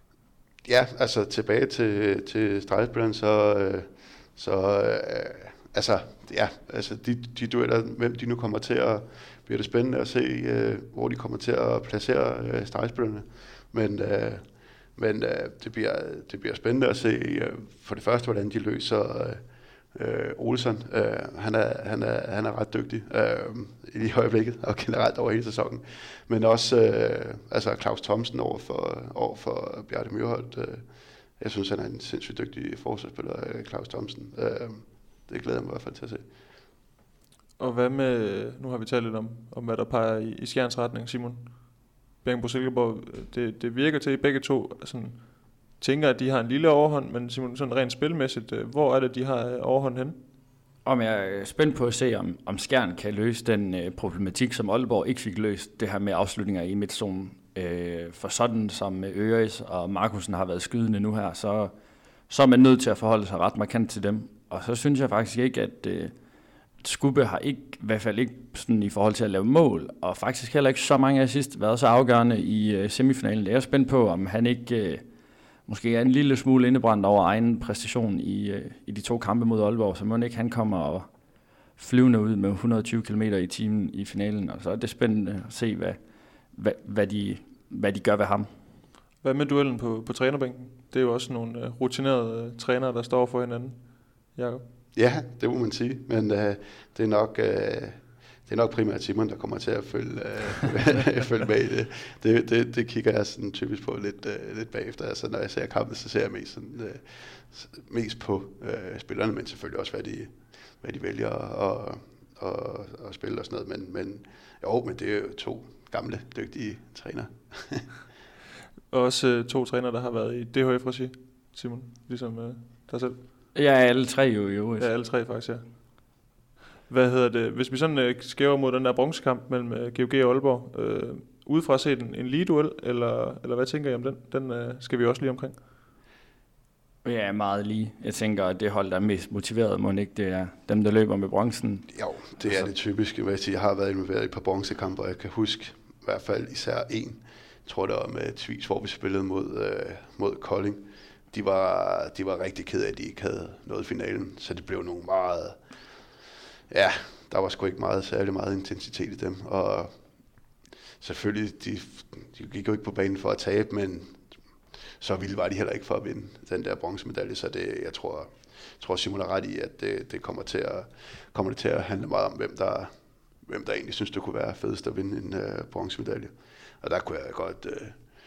Ja, altså tilbage til, til stregspilleren, så, øh, så øh, altså, ja, altså de, de dueller, hvem de nu kommer til at, bliver det spændende at se, øh, hvor de kommer til at placere øh, stregspillerne. Men, øh, men øh, det, bliver, det bliver spændende at se, øh, for det første, hvordan de løser øh, øh, Olsen. Øh, han, er, han, er, han er ret dygtig øh, i øjeblikket, og generelt over hele sæsonen. Men også øh, altså Claus Thomsen over for, over for Bjarte Myrholt. Øh, jeg synes, han er en sindssygt dygtig forsvarsspiller, Claus Thomsen. Øh, det glæder jeg mig i hvert fald til at se. Og hvad med, nu har vi talt lidt om, om hvad der peger i, i Skjerns retning, Simon. Bjerringbro-Silkeborg, det, det virker til, at begge to sådan, tænker, at de har en lille overhånd, men Simon, sådan rent spilmæssigt, hvor er det, de har overhånd hen? Om jeg er spændt på at se, om, om Skjern kan løse den øh, problematik, som Aalborg ikke fik løst, det her med afslutninger i midtzonen. Øh, for sådan som Øres og Markusen har været skydende nu her, så, så er man nødt til at forholde sig ret markant til dem. Og så synes jeg faktisk ikke, at øh, Skubbe har ikke, i hvert fald ikke sådan i forhold til at lave mål, og faktisk heller ikke så mange assist været så afgørende i øh, semifinalen. Jeg er spændt på, om han ikke øh, måske er en lille smule indebrændt over egen præstation i, øh, i de to kampe mod Aalborg, så må ikke han kommer og flyvende ud med hundrede og tyve kilometer i timen i finalen, og så er det spændende at se, hvad, hvad, hvad, de, hvad de gør ved ham. Hvad med duellen på, på trænerbænken? Det er jo også nogle uh, rutinerede uh, trænere, der står for hinanden. Jakob? Ja, det må man sige, men uh, det er nok... Uh Det er nok primært Simon, der kommer til at følge, øh, følge med i det. Det, det. det kigger jeg sådan typisk på lidt, øh, lidt bagefter. Altså, når jeg ser kampen, så ser jeg mest, sådan, øh, mest på øh, spillerne, men selvfølgelig også, hvad de, hvad de vælger at, at, at spille og sådan noget. Men, men jo, men det er jo to gamle, dygtige trænere. Også øh, to trænere, der har været i D H F-regi, Simon, ligesom øh, dig selv. Ja, alle tre jo i øvrigt. Ja, alle tre faktisk, ja. Hvad hedder det? Hvis vi sådan øh, skæver mod den der bronzekamp mellem øh, G O G og Aalborg, øh, udefra set en, en lige duel, eller, eller hvad tænker I om den? Den øh, skal vi også lige omkring. Ja, meget lige. Jeg tænker, at det hold, der er mest motiveret, må ikke det er dem, der løber med bronzen. Jo, det er altså det typiske. Jeg har været involveret i et par bronzekampe, og jeg kan huske i hvert fald især en, jeg tror det var med Tvis, hvor vi spillede mod, øh, mod Kolding. De var, de var rigtig ked af, at de ikke havde nået finalen, så det blev nogle meget... Ja, der var sgu ikke meget, særlig meget intensitet i dem, og selvfølgelig, de, de gik jo ikke på banen for at tabe, men så vilde var de heller ikke for at vinde den der bronzemedalje, så det, jeg tror, jeg tror Simon er ret i, at det, det kommer, til at, kommer det til at handle meget om, hvem der, hvem der egentlig synes, det kunne være fedest at vinde en uh, bronzemedalje. Og der kunne jeg godt uh,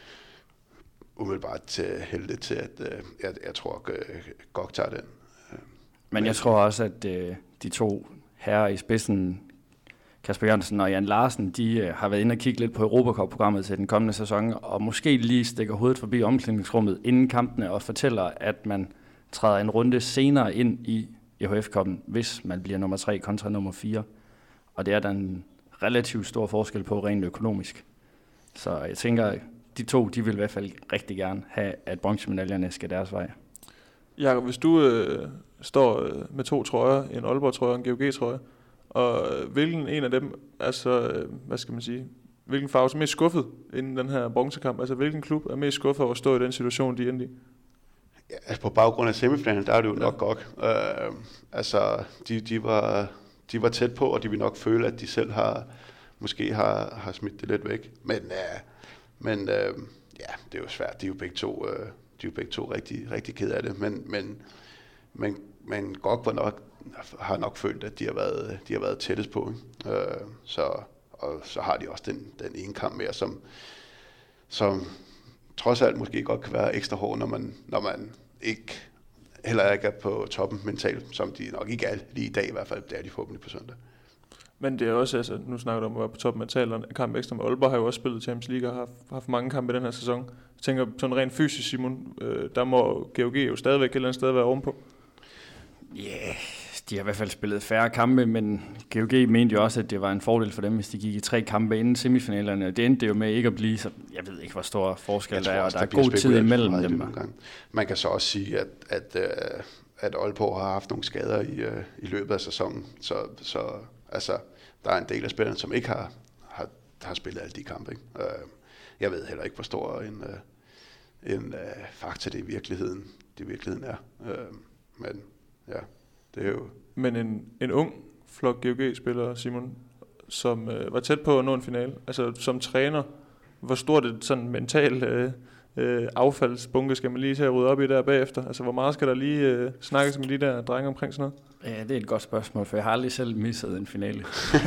umiddelbart uh, hælde det til, at uh, jeg, jeg tror, at uh, Gok tager den. Uh, men jeg tror også, at uh, de to herrer i spidsen, Kasper Jørgensen og Jan Larsen, de øh, har været inde og kigge lidt på Europacup-programmet til den kommende sæson, og måske lige stikker hovedet forbi omklædningsrummet inden kampene og fortæller, at man træder en runde senere ind i E H F-cupen, hvis man bliver nummer tre kontra nummer fire. Og det er der en relativt stor forskel på rent økonomisk. Så jeg tænker, de to, de vil i hvert fald rigtig gerne have, at bronzemedaljerne skal deres vej. Jakob, hvis du øh, står øh, med to trøjer, en Aalborg-trøje og en G O G-trøje, og øh, hvilken en af dem er så, øh, hvad skal man sige, hvilken farve er mest skuffet inden den her bronzekamp? Altså hvilken klub er mest skuffet over at stå i den situation, de er inde i? Ja, altså på baggrund af semifinalen, der er det jo nok godt. Øh, altså, de, de, var, de var tæt på, og de vil nok føle, at de selv har, måske har, har smidt det lidt væk. Men, øh, men øh, ja, det er jo svært. De er jo begge to... Øh, De er jo begge to rigtig, rigtig ked af det, men, men, men, men godt var nok, har nok følt, at de har været, de har været tættest på. Øh, så, og så har de også den, den ene kamp mere, som, som trods alt måske godt kan være ekstra hård, når man, når man ikke, heller ikke er på toppen mentalt, som de nok ikke er lige i dag i hvert fald, det er de forhåbentlig på søndag. Men det er også, altså, nu snakker du om at være på toppen mentalt, og kamp ekstra med Aalborg har jo også spillet Champions League og har haft, haft mange kampe i den her sæson. Jeg tænker sådan rent fysisk, Simon, øh, der må G O G jo stadigvæk et eller andet sted være ovenpå. Ja, yeah, de har i hvert fald spillet færre kampe, men G O G mente jo også, at det var en fordel for dem, hvis de gik i tre kampe inden semifinalerne. Det endte jo med ikke at blive, så jeg ved ikke, hvor stor forskel der er, og der, der er god tid imellem dem. Man kan så også sige, at, at, at Aalborg har haft nogle skader i, i løbet af sæsonen, så, så altså, der er en del af spillerne, som ikke har, har, har spillet alle de kampe. Ikke? Jeg ved heller ikke, hvor stor en, en faktor det i virkeligheden, det i virkeligheden er. Men ja. Det er jo... Men en, en ung flok G O G-spillere, Simon, som øh, var tæt på at nå en finale, altså som træner, hvor stort et sådan mental øh, øh, affaldsbunke skal man lige til at rydde op i der bagefter? Altså hvor meget skal der lige øh, snakkes med de der drenge omkring sådan noget? Ja, det er et godt spørgsmål, for jeg har aldrig selv misset en finale.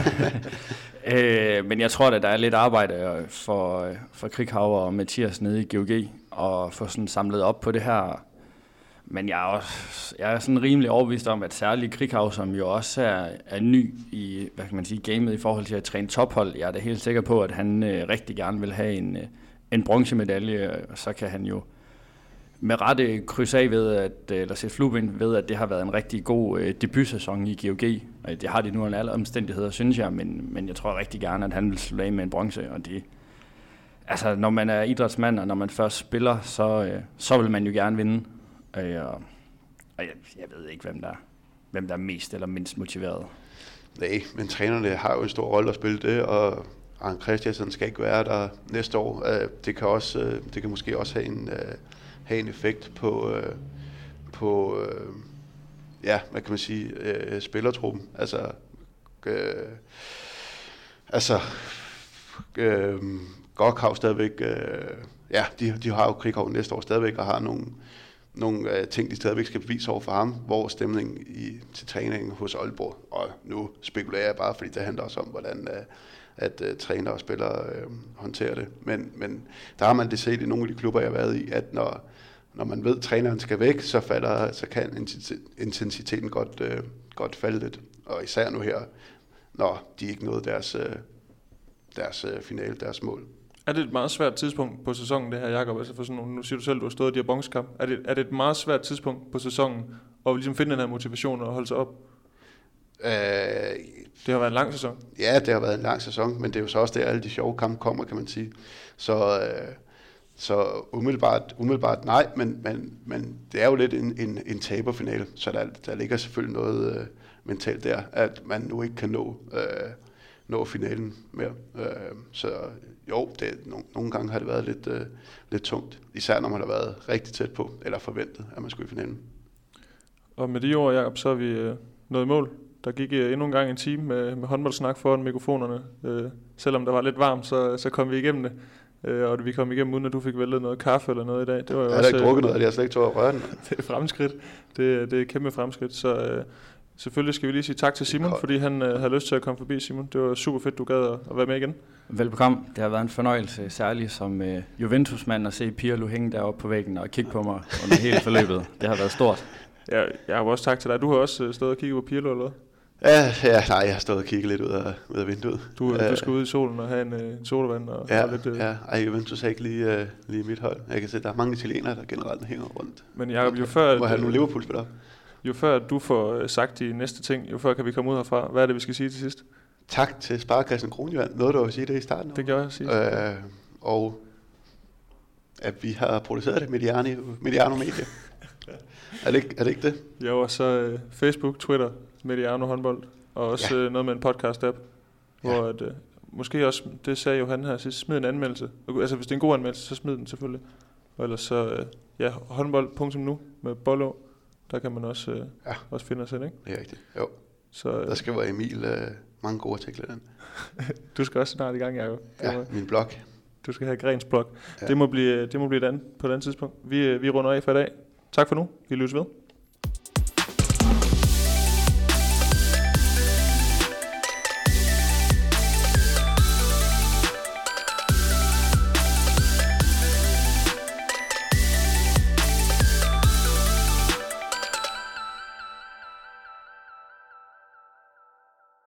øh, men jeg tror, at der er lidt arbejde for, for Krighaver og Mathias nede i G O G, og få sådan samlet op på det her. Men jeg er, også, jeg er sådan rimelig overbevist om, at særligt Krighav, som jo også er, er ny i, hvad kan man sige, gamet i forhold til at træne tophold, jeg er da helt sikker på, at han øh, rigtig gerne vil have en, øh, en bronzemedalje, og så kan han jo med rette krydse af ved, at, eller sætte flueben ved, at det har været en rigtig god øh, debutsæson i G O G. Og det har de nu under alle omstændigheder, synes jeg, men, men jeg tror rigtig gerne, at han vil slå af med en bronze, og det... Altså, når man er idrætsmand, og når man først spiller, så, øh, så vil man jo gerne vinde. Øh, og og jeg, jeg ved ikke, hvem der, hvem der er mest eller mindst motiveret. Nej, men trænerne har jo en stor rolle at spille det, og Arne Christiansen skal ikke være der næste år. Det kan, også, det kan måske også have en, have en effekt på, på ja, hvad kan man sige, spillertruppen. Altså, øh, altså øh, Gorkhav stadigvæk, øh, ja, de, de har jo Krighav næste år stadigvæk, og har nogle nogle uh, ting, de stadigvæk skal bevise over for ham, hvor stemningen i, til træningen hos Aalborg, og nu spekulerer jeg bare, fordi det handler også om, hvordan uh, at uh, træner og spillere uh, håndterer det. Men, men der har man det set i nogle af de klubber, jeg har været i, at når, når man ved, at træneren skal væk, så, falder, så kan intensiteten godt, uh, godt falde lidt. Og især nu her, når de ikke nåede deres, uh, deres uh, finale, deres mål. Er det et meget svært tidspunkt på sæsonen, det her, Jakob? Altså for sådan nogle, nu siger du selv, du har stået i de her bronzekamp. Er det, er det et meget svært tidspunkt på sæsonen, at ligesom finde den her motivation og holde sig op? Øh, det har været en lang sæson. Ja, det har været en lang sæson, men det er jo så også der, alle de sjove kampe kommer, kan man sige. Så, øh, så umiddelbart, umiddelbart nej, men, men, men det er jo lidt en, en, en taberfinale, så der, der ligger selvfølgelig noget øh, mentalt der, at man nu ikke kan nå... Øh, nå finalen mere. Øh, så jo, det, no, nogle gange har det været lidt, øh, lidt tungt, især når man har været rigtig tæt på, eller forventet, at man skulle i finalen. Og med de ord, Jacob, så er vi øh, nået i mål. Der gik øh, endnu en gang en time med, med håndboldsnak foran mikrofonerne. Øh, selvom der var lidt varmt, så, så kom vi igennem det. Øh, og vi kom igennem, uden at du fik væltet noget kaffe eller noget i dag. Det var jo jeg også, har ikke drukket noget, jeg har slet ikke tog at røre den. Det er fremskridt. Det, det er et kæmpe fremskridt. Så øh, selvfølgelig skal vi lige sige tak til Simon, fordi han øh, havde lyst til at komme forbi, Simon. Det var super fedt, du gad at, at være med igen. Velbekomme. Det har været en fornøjelse, særligt som øh, Juventus-mand, at se Pirlo hænge deroppe på væggen og kigge på mig under hele forløbet. Det har været stort. Ja, jeg har også tak til dig. Du har også øh, stået og kigget på Pirlo, eller hvad? Ja, ja, nej, jeg har stået og kigget lidt ud af, ud af vinduet. Du, uh, du skal ud i solen og have en, uh, en sodavand og, ja, og lidt... Uh... Ja, ej, Juventus er ikke lige, uh, lige mit hold. Jeg kan se, der er mange italienere, der generelt hænger rundt. Men Jacob, jo før... Må have nogle Liverpool-spillere. Jo før du får uh, sagt de næste ting, jo før kan vi komme ud herfra. Hvad er det, vi skal sige til sidst? Tak til Sparekassen Kronjylland. Nåede du at sige det i starten? Det gør jeg sige. Uh, og at vi har produceret det Mediano, Mediano Media. er, det ikke, er det ikke det? Jo, og så uh, Facebook, Twitter, Mediano håndbold. Og også ja. noget med en podcast-app, hvor ja. at, uh, måske også, det sagde Johan her sidst, smid en anmeldelse. Altså hvis det er en god anmeldelse, så smid den selvfølgelig. Og ellers så, uh, ja, håndbold punktum nu med Bollo, der kan man også, uh, ja. også finde os ind, ikke? Det er rigtigt, jo. Så, uh, der skriver Emil uh, mange gode artikler den. Du skal også snart i gang, Jacob. Ja, min blog. Du skal have Grens blog. Ja. Det må blive, det må blive et andet, på et andet tidspunkt. Vi, vi runder af for i dag. Tak for nu. Vi løses ved.